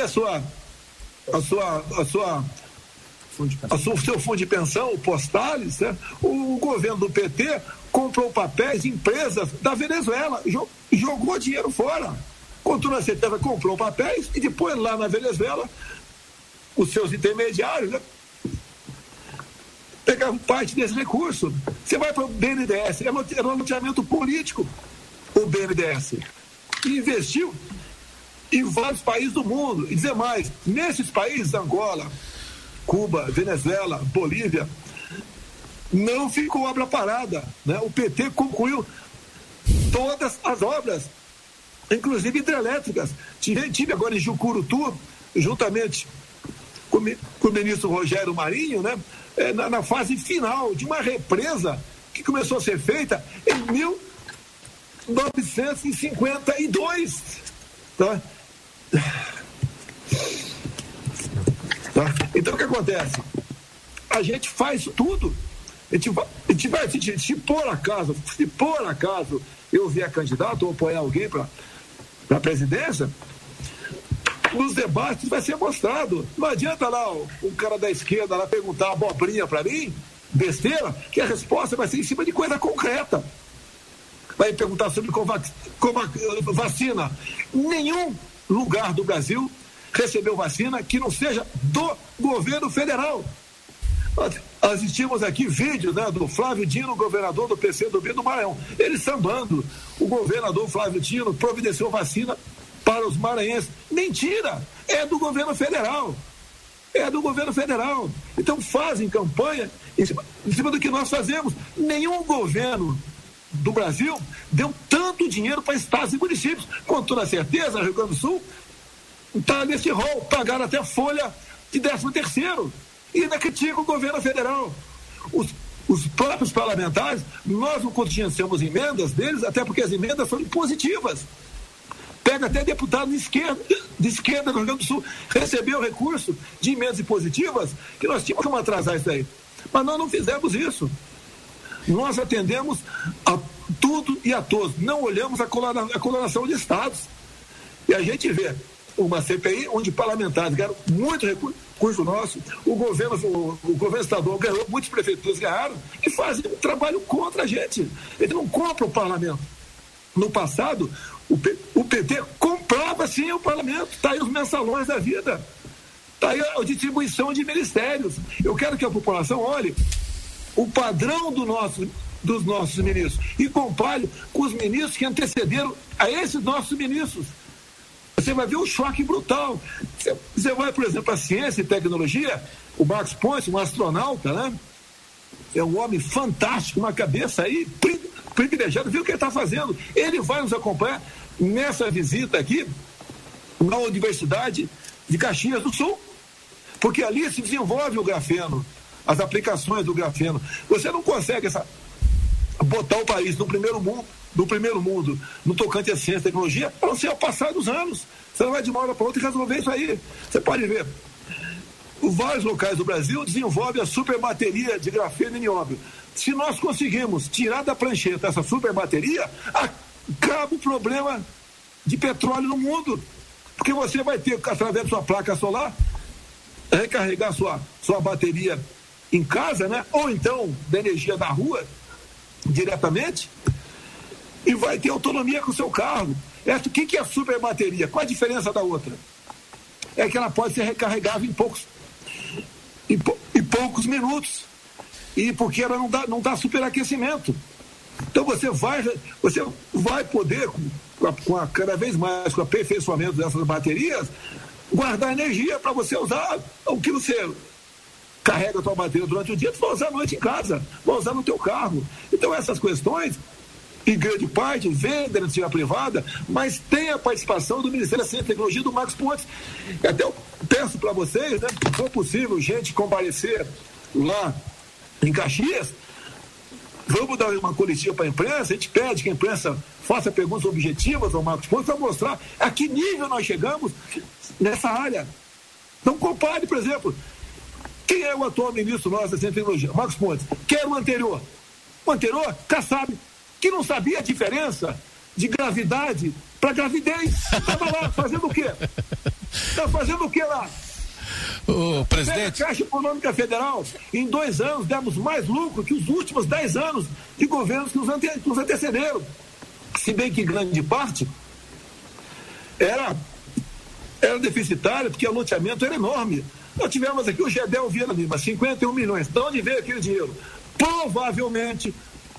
S2: o seu fundo de pensão, o Postales, né? O governo do PT comprou papéis de empresas da Venezuela e jogou dinheiro fora. Com toda certeza comprou papéis e depois lá na Venezuela os seus intermediários, né, pegavam parte desse recurso. Você vai para o BNDES, era um loteamento político, o BNDES, e investiu em vários países do mundo. E dizer mais, nesses países, Angola, Cuba, Venezuela, Bolívia, não ficou obra parada, né? O PT concluiu todas as obras, inclusive hidrelétricas. Tive agora em Jucurutu, juntamente com o ministro Rogério Marinho, né? Na fase final de uma represa que começou a ser feita em 1952. Tá? Então o que acontece? A gente faz tudo. A gente vai se por acaso eu vier candidato ou apoiar alguém para a presidência, nos debates vai ser mostrado. Não adianta lá um cara da esquerda lá perguntar abobrinha para mim, besteira, que a resposta vai ser em cima de coisa concreta. Vai perguntar sobre vacina. Nenhum lugar do Brasil recebeu vacina que não seja do governo federal. Assistimos aqui vídeos, né, do Flávio Dino, governador do PCdoB do Maranhão, ele sambando. O governador Flávio Dino providenciou vacina para os maranhenses. Mentira! É do governo federal. É do governo federal. Então fazem campanha em cima do que nós fazemos. Nenhum governo do Brasil deu tanto dinheiro para estados e municípios. Com toda certeza, Rio Grande do Sul está nesse rol, pagaram até folha de 13º. E ainda critica o governo federal. Os próprios parlamentares, nós não contingenciamos emendas deles, até porque as emendas são impositivas. Pega até deputado de esquerda do Rio Grande do Sul, recebeu recurso de emendas impositivas, que nós tínhamos que atrasar isso aí. Mas nós não fizemos isso. Nós atendemos a tudo e a todos. Não olhamos a coloração de estados. E a gente vê uma CPI onde parlamentares ganharam muito recurso nosso, o governo estadual ganhou, muitas prefeituras ganharam, e fazem um trabalho contra a gente. Eles não compram o parlamento. No passado, o PT comprava sim o parlamento. Está aí os mensalões da vida. Está aí a distribuição de ministérios. Eu quero que a população olhe o padrão dos nossos ministros e compare com os ministros que antecederam a esses nossos ministros. Você vai ver um choque brutal. Você vai, por exemplo, a ciência e tecnologia, o Marcos Pontes, um astronauta, né? É um homem fantástico, uma cabeça aí privilegiada, viu o que ele está fazendo. Ele vai nos acompanhar nessa visita aqui na Universidade de Caxias do Sul, porque ali se desenvolve o grafeno, as aplicações do grafeno. Você não consegue botar o país no primeiro mundo, no tocante à ciência e tecnologia, a não ser ao passar dos anos. Você não vai de uma hora para outra e resolver isso aí. Você pode ver, vários locais do Brasil desenvolvem a super bateria de grafeno e nióbio. Se nós conseguirmos tirar da prancheta essa super bateria, acaba o problema de petróleo no mundo. Porque você vai ter, através da sua placa solar, recarregar sua bateria em casa, né? Ou então da energia da rua diretamente, e vai ter autonomia com o seu carro. O que é a super bateria? Qual a diferença da outra? É que ela pode ser recarregável em poucos minutos, e porque ela não dá superaquecimento. Então você vai poder, cada vez mais com o aperfeiçoamento dessas baterias, guardar energia para você usar o que você carrega a tua bateria durante o dia, tu vai usar à noite em casa, vai usar no teu carro. Então essas questões, em grande parte, vem da iniciativa privada, mas tem a participação do Ministério da Ciência e Tecnologia, do Marcos Pontes. Até eu peço para vocês, né, se for possível, gente, comparecer lá em Caxias, vamos dar uma coletiva para a imprensa, a gente pede que a imprensa faça perguntas objetivas ao Marcos Pontes para mostrar a que nível nós chegamos nessa área. Então compare, por exemplo, quem é o atual ministro nosso da Ciência e Tecnologia? Marcos Pontes. Quem era o anterior? O anterior, Kassab, que não sabia a diferença de gravidade para gravidez. Estava lá fazendo o quê? Está fazendo o quê lá?
S1: O presidente.
S2: A Caixa Econômica Federal, em 2 anos, demos mais lucro que os últimos 10 anos de governos que nos antecederam. Se bem que grande parte era deficitária, porque o loteamento era enorme. Nós tivemos aqui o Gedel Vieira Lima, 51 milhões. De onde veio aquele dinheiro? Provavelmente,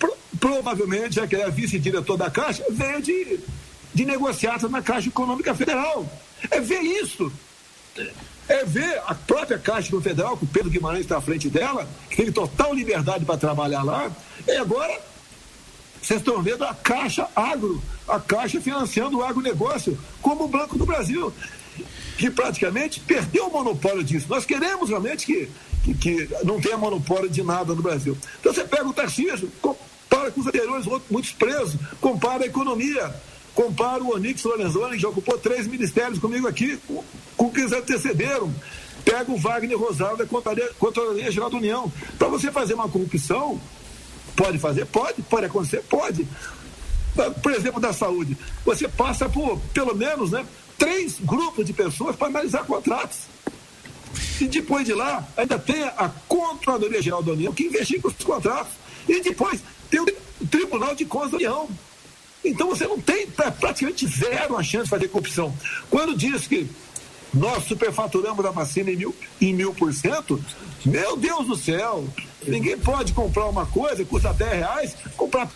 S2: já que ele é vice-diretor da Caixa, veio de negociatas na Caixa Econômica Federal. É ver isso. É ver a própria Caixa Federal, que o Pedro Guimarães está à frente dela, que tem total liberdade para trabalhar lá. E agora, vocês estão vendo a Caixa Agro, a Caixa financiando o agronegócio, como o Banco do Brasil, que praticamente perdeu o monopólio disso. Nós queremos realmente que não tenha monopólio de nada no Brasil. Então você pega o Tarcísio, compara com os anteriores, muitos presos, compara a economia, compara o Onyx Lorenzoni, que já ocupou 3 ministérios comigo aqui, com que eles antecederam. Pega o Wagner Rosário da Controladoria Geral da União. Para você fazer uma corrupção, pode fazer? Pode acontecer? Pode. Por exemplo, da saúde, você passa por, pelo menos, 3 grupos de pessoas para analisar contratos. E depois de lá, ainda tem a Controladoria Geral da União que investiga os contratos. E depois tem o Tribunal de Contas da União. Então você não tem praticamente zero a chance de fazer corrupção. Quando diz que nós superfaturamos a vacina em 1000%, meu Deus do céu, ninguém pode comprar uma coisa que custa R$10, comprar.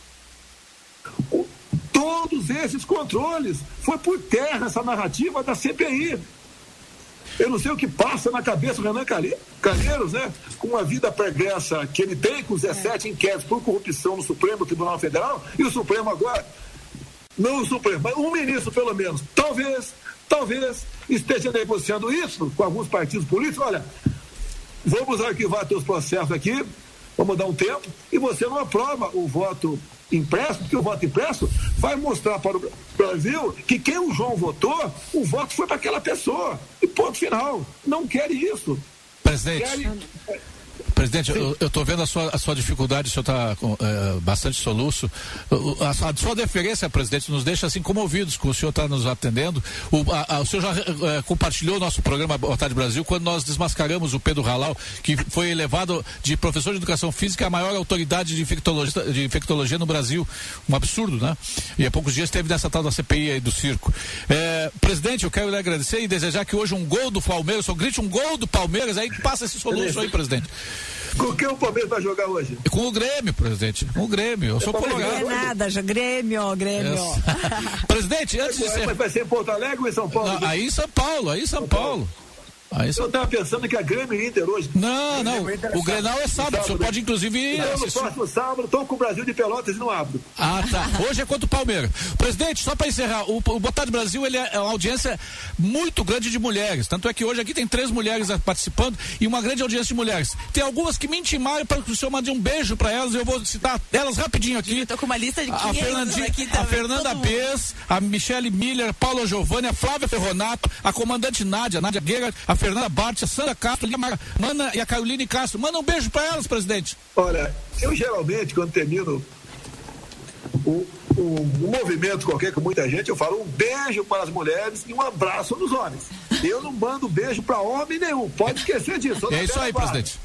S2: Todos esses controles, foi por terra essa narrativa da CPI. Eu não sei o que passa na cabeça do Renan Calheiros, com a vida pregressa que ele tem, com 17 inquéritos por corrupção no Supremo Tribunal Federal, e o Supremo agora, não o Supremo, mas um ministro pelo menos, talvez esteja negociando isso com alguns partidos políticos. Olha, vamos arquivar teus processos aqui, vamos dar um tempo, e você não aprova o voto impresso, porque o voto impresso vai mostrar para o Brasil que quem o João votou, o voto foi para aquela pessoa. E ponto final. Não quer isso.
S1: Presidente, eu estou vendo a sua dificuldade, o senhor está com bastante soluço. A sua deferência, presidente, nos deixa assim comovidos que o senhor está nos atendendo. O senhor já compartilhou o nosso programa Boa Tarde Brasil quando nós desmascaramos o Pedro Halal, que foi elevado de professor de educação física à maior autoridade de infectologia no Brasil. Um absurdo, né? E há poucos dias esteve nessa tal da CPI aí do circo. Presidente, eu quero lhe agradecer e desejar que hoje um gol do Palmeiras, o senhor grite um gol do Palmeiras, aí passa esse soluço aí, presidente.
S2: Com quem o Palmeiras vai jogar hoje?
S1: Com o Grêmio, presidente. Com o Grêmio. Eu sou colorado.
S5: Não é nada, já Grêmio.
S1: Presidente, antes de ser...
S2: Vai ser em Porto Alegre ou em São Paulo?
S1: Não, aí em São Paulo.
S2: Eu estava pensando que a Grêmio e Inter hoje.
S1: Não. O Grenal é sábado. O senhor pode, inclusive.
S2: No próximo sábado, estou com o Brasil de Pelotas e não abro.
S1: Ah, tá. Hoje é contra o Palmeiras. Presidente, só para encerrar, o Boa Tarde Brasil ele é uma audiência muito grande de mulheres. Tanto é que hoje aqui tem 3 mulheres participando e uma grande audiência de mulheres. Tem algumas que me intimaram para que o senhor mande um beijo para elas. Eu vou citar elas rapidinho aqui.
S3: Eu tô com uma lista de 500 aqui
S1: também. A Fernanda Bess, a Michele Miller, Paula Giovanni, a Flávia Ferronato, a comandante Nádia Guerra, a Fernanda Bart, a Sandra Castro, a Mana e a Caroline Castro. Manda um beijo para elas, presidente.
S2: Olha, eu geralmente, quando termino um movimento qualquer com muita gente, eu falo um beijo para as mulheres e um abraço nos homens. Eu não mando beijo para homem nenhum, pode esquecer disso.
S1: É isso aí, presidente.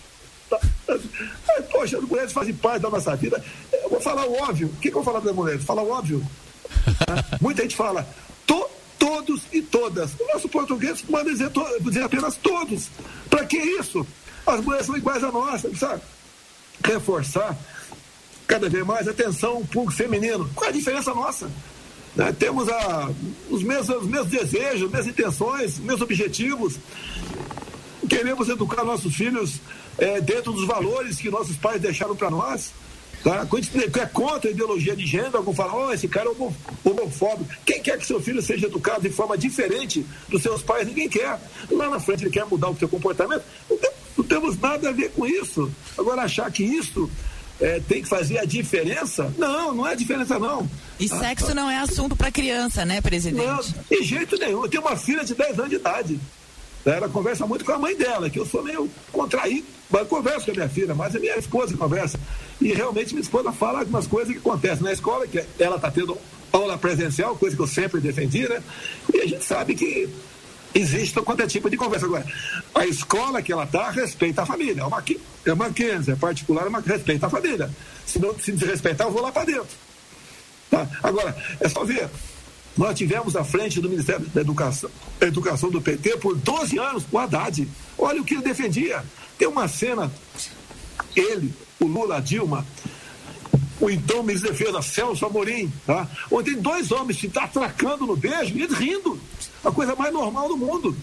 S2: Poxa, as mulheres fazem parte da nossa vida. Eu vou falar o óbvio. O que eu vou falar para as mulheres? Falar o óbvio. Muita gente fala todos e todas. O nosso português manda dizer apenas todos. Para que isso? As mulheres são iguais a nós, sabe? Reforçar cada vez mais a atenção ao público feminino. Qual é a diferença nossa? Temos os mesmos desejos, as mesmas intenções, os mesmos objetivos. Queremos educar nossos filhos dentro dos valores que nossos pais deixaram para nós. Tá? Quando a gente é contra a ideologia de gênero, alguns falam, esse cara é homofóbico. Quem quer que seu filho seja educado de forma diferente dos seus pais? Ninguém quer. Lá na frente ele quer mudar o seu comportamento. Não temos nada a ver com isso. Agora, achar que isso tem que fazer a diferença? Não é diferença, não.
S3: E sexo não é assunto para criança, né, presidente?
S2: Não, de jeito nenhum. Eu tenho uma filha de 10 anos de idade. Ela conversa muito com a mãe dela, que eu sou meio contraído, mas converso com a minha filha, mas a minha esposa conversa. E realmente minha esposa fala algumas coisas que acontecem na escola, que ela está tendo aula presencial, coisa que eu sempre defendi, né? E a gente sabe que existe qualquer tipo de conversa. Agora, a escola que ela está respeita a família. É uma Mackenzie, é particular, respeita a família. Se não se desrespeitar, eu vou lá para dentro. Tá? Agora, é só ver. Nós tivemos à frente do Ministério da Educação do PT por 12 anos o Haddad. Olha o que ele defendia. Tem uma cena, ele, o Lula, a Dilma, o então ministro da Defesa, Celso Amorim, tá? Onde tem 2 homens que estão atracando no beijo e eles rindo. A coisa mais normal do mundo.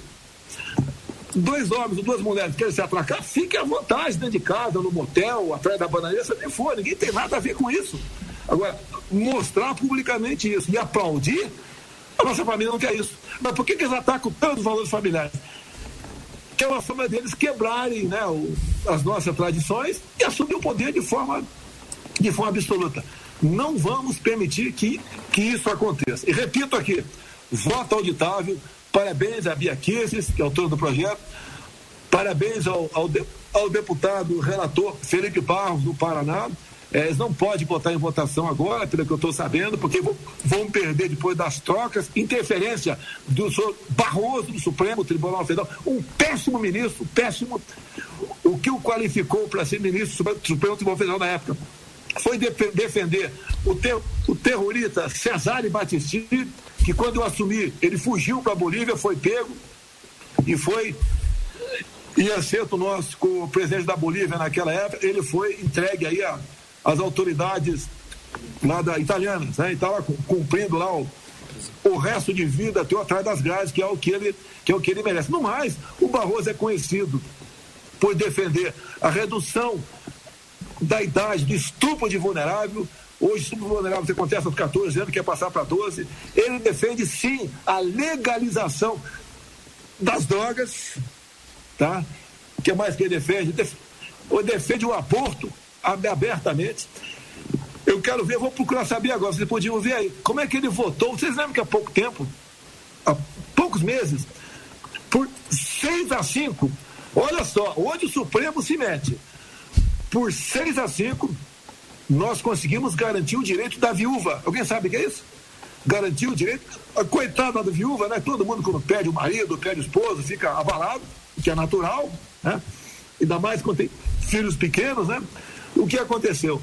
S2: 2 homens ou 2 mulheres querem se atracar, fiquem à vontade dentro de casa, no motel, atrás da bananeira, se nem for. Ninguém tem nada a ver com isso. Agora, mostrar publicamente isso e aplaudir, a nossa família não quer isso. Mas por que eles atacam tantos valores familiares? Que é uma forma deles quebrarem, né, as nossas tradições e assumir o poder de forma absoluta. Não vamos permitir que isso aconteça. E repito aqui, voto auditável, parabéns a Bia Kicis, que é autora do projeto, parabéns ao deputado relator Felipe Barros, do Paraná. Eles não podem botar em votação agora, pelo que eu estou sabendo, porque vão perder depois das trocas, interferência do senhor Barroso, do Supremo Tribunal Federal, um péssimo ministro, péssimo, o que o qualificou para ser ministro do Supremo Tribunal Federal na época. Foi defender o terrorista Cesare Battisti, que quando eu assumi, ele fugiu para a Bolívia, foi pego e foi... Em acerto nosso com o presidente da Bolívia naquela época, ele foi entregue aí às autoridades lá italianas, né? E estava cumprindo lá o resto de vida até atrás das grades, que é o que ele merece. No mais, o Barroso é conhecido por defender a redução da idade do estupro de vulnerável. Hoje, o estupro vulnerável que acontece aos 14 anos, quer passar para 12. Ele defende, sim, a legalização das drogas, tá? O que mais que ele defende? Defende o aborto abertamente. Eu quero ver, vou procurar saber agora, vocês podiam ver aí, como é que ele votou. Vocês lembram que há pouco tempo, há poucos meses, por 6-5, olha só, onde o Supremo se mete, por 6-5, nós conseguimos garantir o direito da viúva. Alguém sabe o que é isso? Garantir o direito, a coitada da viúva, né? Todo mundo quando perde o marido, perde o esposo, fica abalado, que é natural, né? Ainda mais quando tem filhos pequenos, né? O que aconteceu?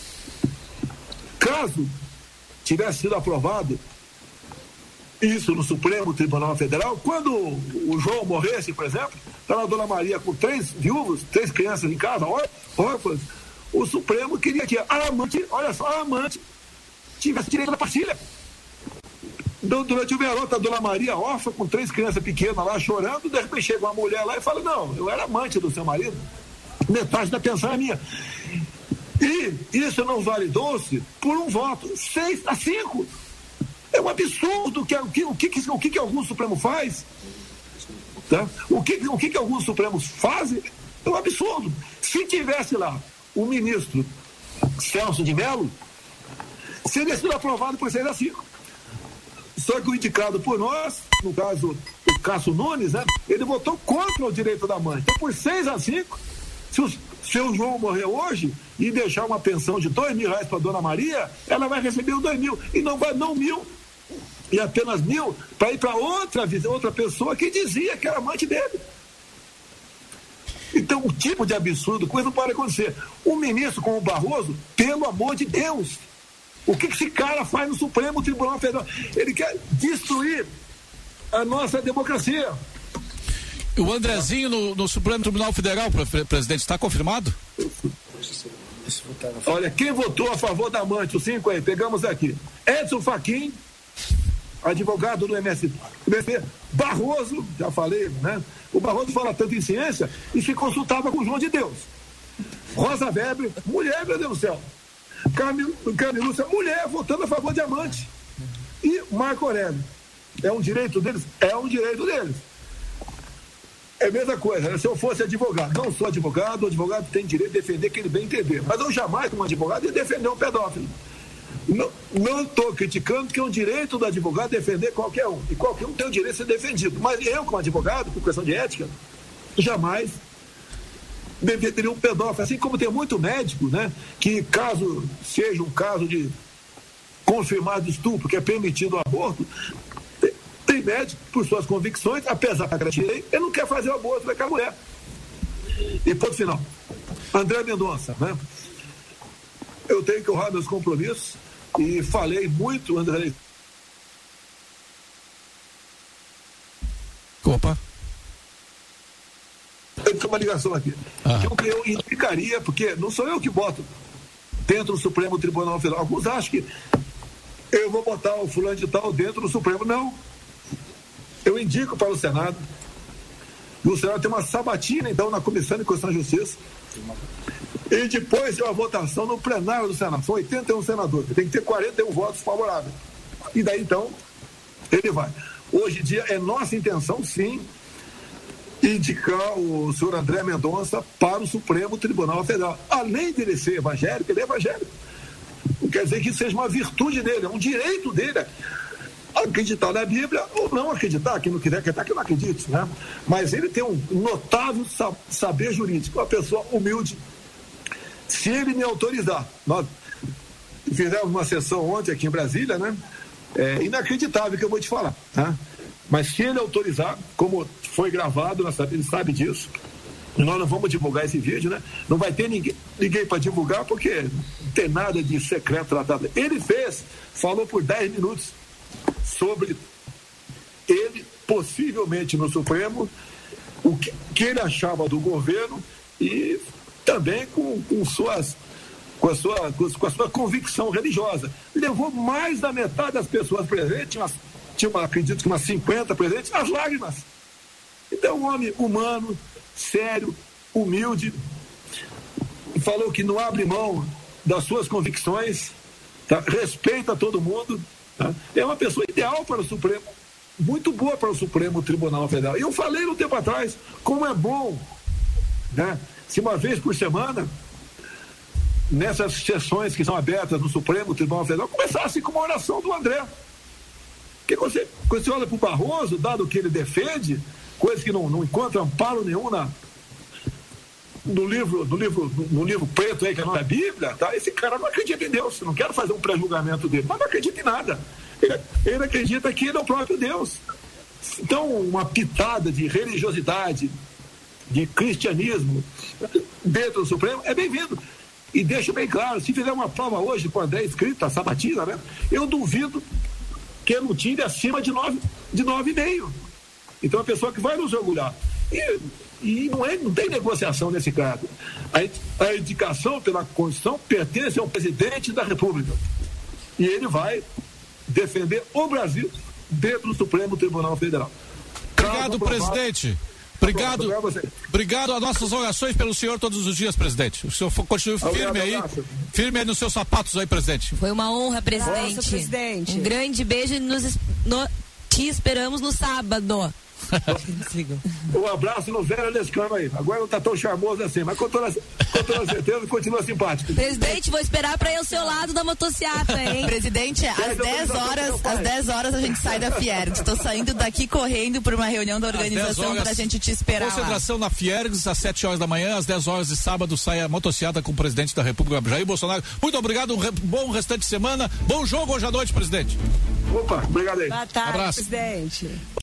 S2: Caso tivesse sido aprovado isso no Supremo Tribunal Federal, quando o João morresse, por exemplo, estava a Dona Maria com 3 viúvos, 3 crianças em casa, órfãs, o Supremo queria que a amante, olha só, a amante tivesse direito da partilha. Então, durante o verão, a Dona Maria órfã, com 3 crianças pequenas lá chorando, de repente chega uma mulher lá e fala, não, eu era amante do seu marido, metade da pensão é minha. E isso não validou-se por um voto, 6-5. É um absurdo o que algum Supremo faz. Tá? O que alguns Supremos fazem é um absurdo. Se tivesse lá o ministro Celso de Mello, seria sido aprovado por 6-5. Só que o indicado por nós, no caso o Cássio Nunes, né, ele votou contra o direito da mãe. Então, por 6-5, se o João morrer hoje e deixar uma pensão de R$2.000 para a Dona Maria, ela vai receber os 2.000 e não 1.000. e apenas 1.000 para ir para outra pessoa que dizia que era amante dele. Então, o tipo de absurdo, coisa não pode acontecer. Um ministro como o Barroso, pelo amor de Deus, o que esse cara faz no Supremo Tribunal Federal? Ele quer destruir a nossa democracia.
S1: O Andrezinho no Supremo Tribunal Federal, presidente, está confirmado?
S2: Olha, quem votou a favor da amante, os 5 aí, pegamos aqui. Edson Fachin, advogado do MST. Barroso, já falei, né? O Barroso fala tanto em ciência e se consultava com o João de Deus. Rosa Weber, mulher, meu Deus do céu. Camilo Lúcia, mulher, votando a favor de amante. E Marco Aurélio. É um direito deles? É um direito deles. É a mesma coisa, né? Se eu fosse advogado, não sou advogado, o advogado tem direito de defender quem ele bem entender. Mas eu jamais, como advogado, ia defender um pedófilo. Não estou criticando, que é um direito do advogado defender qualquer um. E qualquer um tem o direito de ser defendido. Mas eu, como advogado, por questão de ética, jamais defenderia um pedófilo. Assim como tem muito médico, né, que caso seja um caso de confirmado estupro, que é permitido o aborto, tem médico, por suas convicções, apesar da lei, ele não quer fazer o aborto daquela mulher. E ponto final. André Mendonça, né? Eu tenho que honrar meus compromissos e falei muito, André.
S1: Opa.
S2: Eu tenho uma ligação aqui. Que eu indicaria, porque não sou eu que boto dentro do Supremo Tribunal Federal. Alguns acham que eu vou botar o fulano de tal dentro do Supremo. Não. Eu indico para o Senado. E o Senado tem uma sabatina, então, na Comissão de Constituição e Justiça. E depois de uma votação no plenário do Senado. São 81 senadores. Tem que ter 41 votos favoráveis. E daí, então, ele vai. Hoje em dia, é nossa intenção, sim, indicar o senhor André Mendonça para o Supremo Tribunal Federal. Além de ele ser evangélico, ele é evangélico. Não quer dizer que isso seja uma virtude dele, é um direito dele acreditar na Bíblia ou não acreditar. Quem não quiser acreditar, que não acredite, né? Mas ele tem um notável saber jurídico, uma pessoa humilde. Se ele me autorizar, nós fizemos uma sessão ontem aqui em Brasília, né? É inacreditável que eu vou te falar, tá? Mas se ele autorizar, como foi gravado, ele sabe disso, nós não vamos divulgar esse vídeo, né? Não vai ter ninguém para divulgar, porque não tem nada de secreto tratado. Ele falou por 10 minutos sobre ele, possivelmente no Supremo, o que ele achava do governo e também com a sua convicção religiosa. Levou mais da metade das pessoas presentes, acredito que umas 50 presentes, às lágrimas. Então, é um homem humano, sério, humilde, falou que não abre mão das suas convicções, tá? Respeita todo mundo, tá? É uma pessoa ideal para o Supremo, muito boa para o Supremo Tribunal Federal. E eu falei no tempo atrás como é bom, né? Se uma vez por semana, nessas sessões que são abertas no Supremo Tribunal Federal, começasse com uma oração do André. Porque quando você olha para o Barroso, dado que ele defende, coisas que não encontram amparo nenhum no livro preto aí, que é a Bíblia, tá? Esse cara não acredita em Deus. Eu não quero fazer um pré-julgamento dele, mas não acredita em nada. Ele acredita que ele é o próprio Deus. Então, uma pitada de religiosidade, de cristianismo dentro do Supremo é bem-vindo. E deixo bem claro, se fizer uma prova hoje com o André escrita, a sabatina, né? Eu duvido que ele não tire acima de 9,5. Então, a pessoa que vai nos orgulhar. E não tem negociação nesse caso. A indicação pela Constituição pertence ao presidente da República. E ele vai defender o Brasil dentro do Supremo Tribunal Federal.
S1: Obrigado, presidente. Obrigado. As nossas orações pelo senhor todos os dias, presidente. O senhor continue firme aí nos seus sapatos aí, presidente.
S4: Foi uma honra, presidente.
S5: Nossa, presidente.
S4: Um grande beijo e te esperamos no sábado.
S2: Um abraço no velho Lescano aí. Agora não tá tão charmoso assim, mas com toda certeza continua simpático.
S4: Presidente, vou esperar pra ir ao seu lado da motociata, hein?
S3: Presidente, às 10 horas a gente sai da Fiergs. Estou saindo daqui correndo para uma reunião da organização pra gente te esperar.
S1: Concentração lá na Fiergs, às 7 horas da manhã, às 10 horas de sábado sai a motociata com o presidente da República, Jair Bolsonaro. Muito obrigado, bom restante de semana, bom jogo hoje à noite, presidente.
S2: Opa, obrigado aí.
S5: Boa tarde,
S1: abraço.
S5: presidente.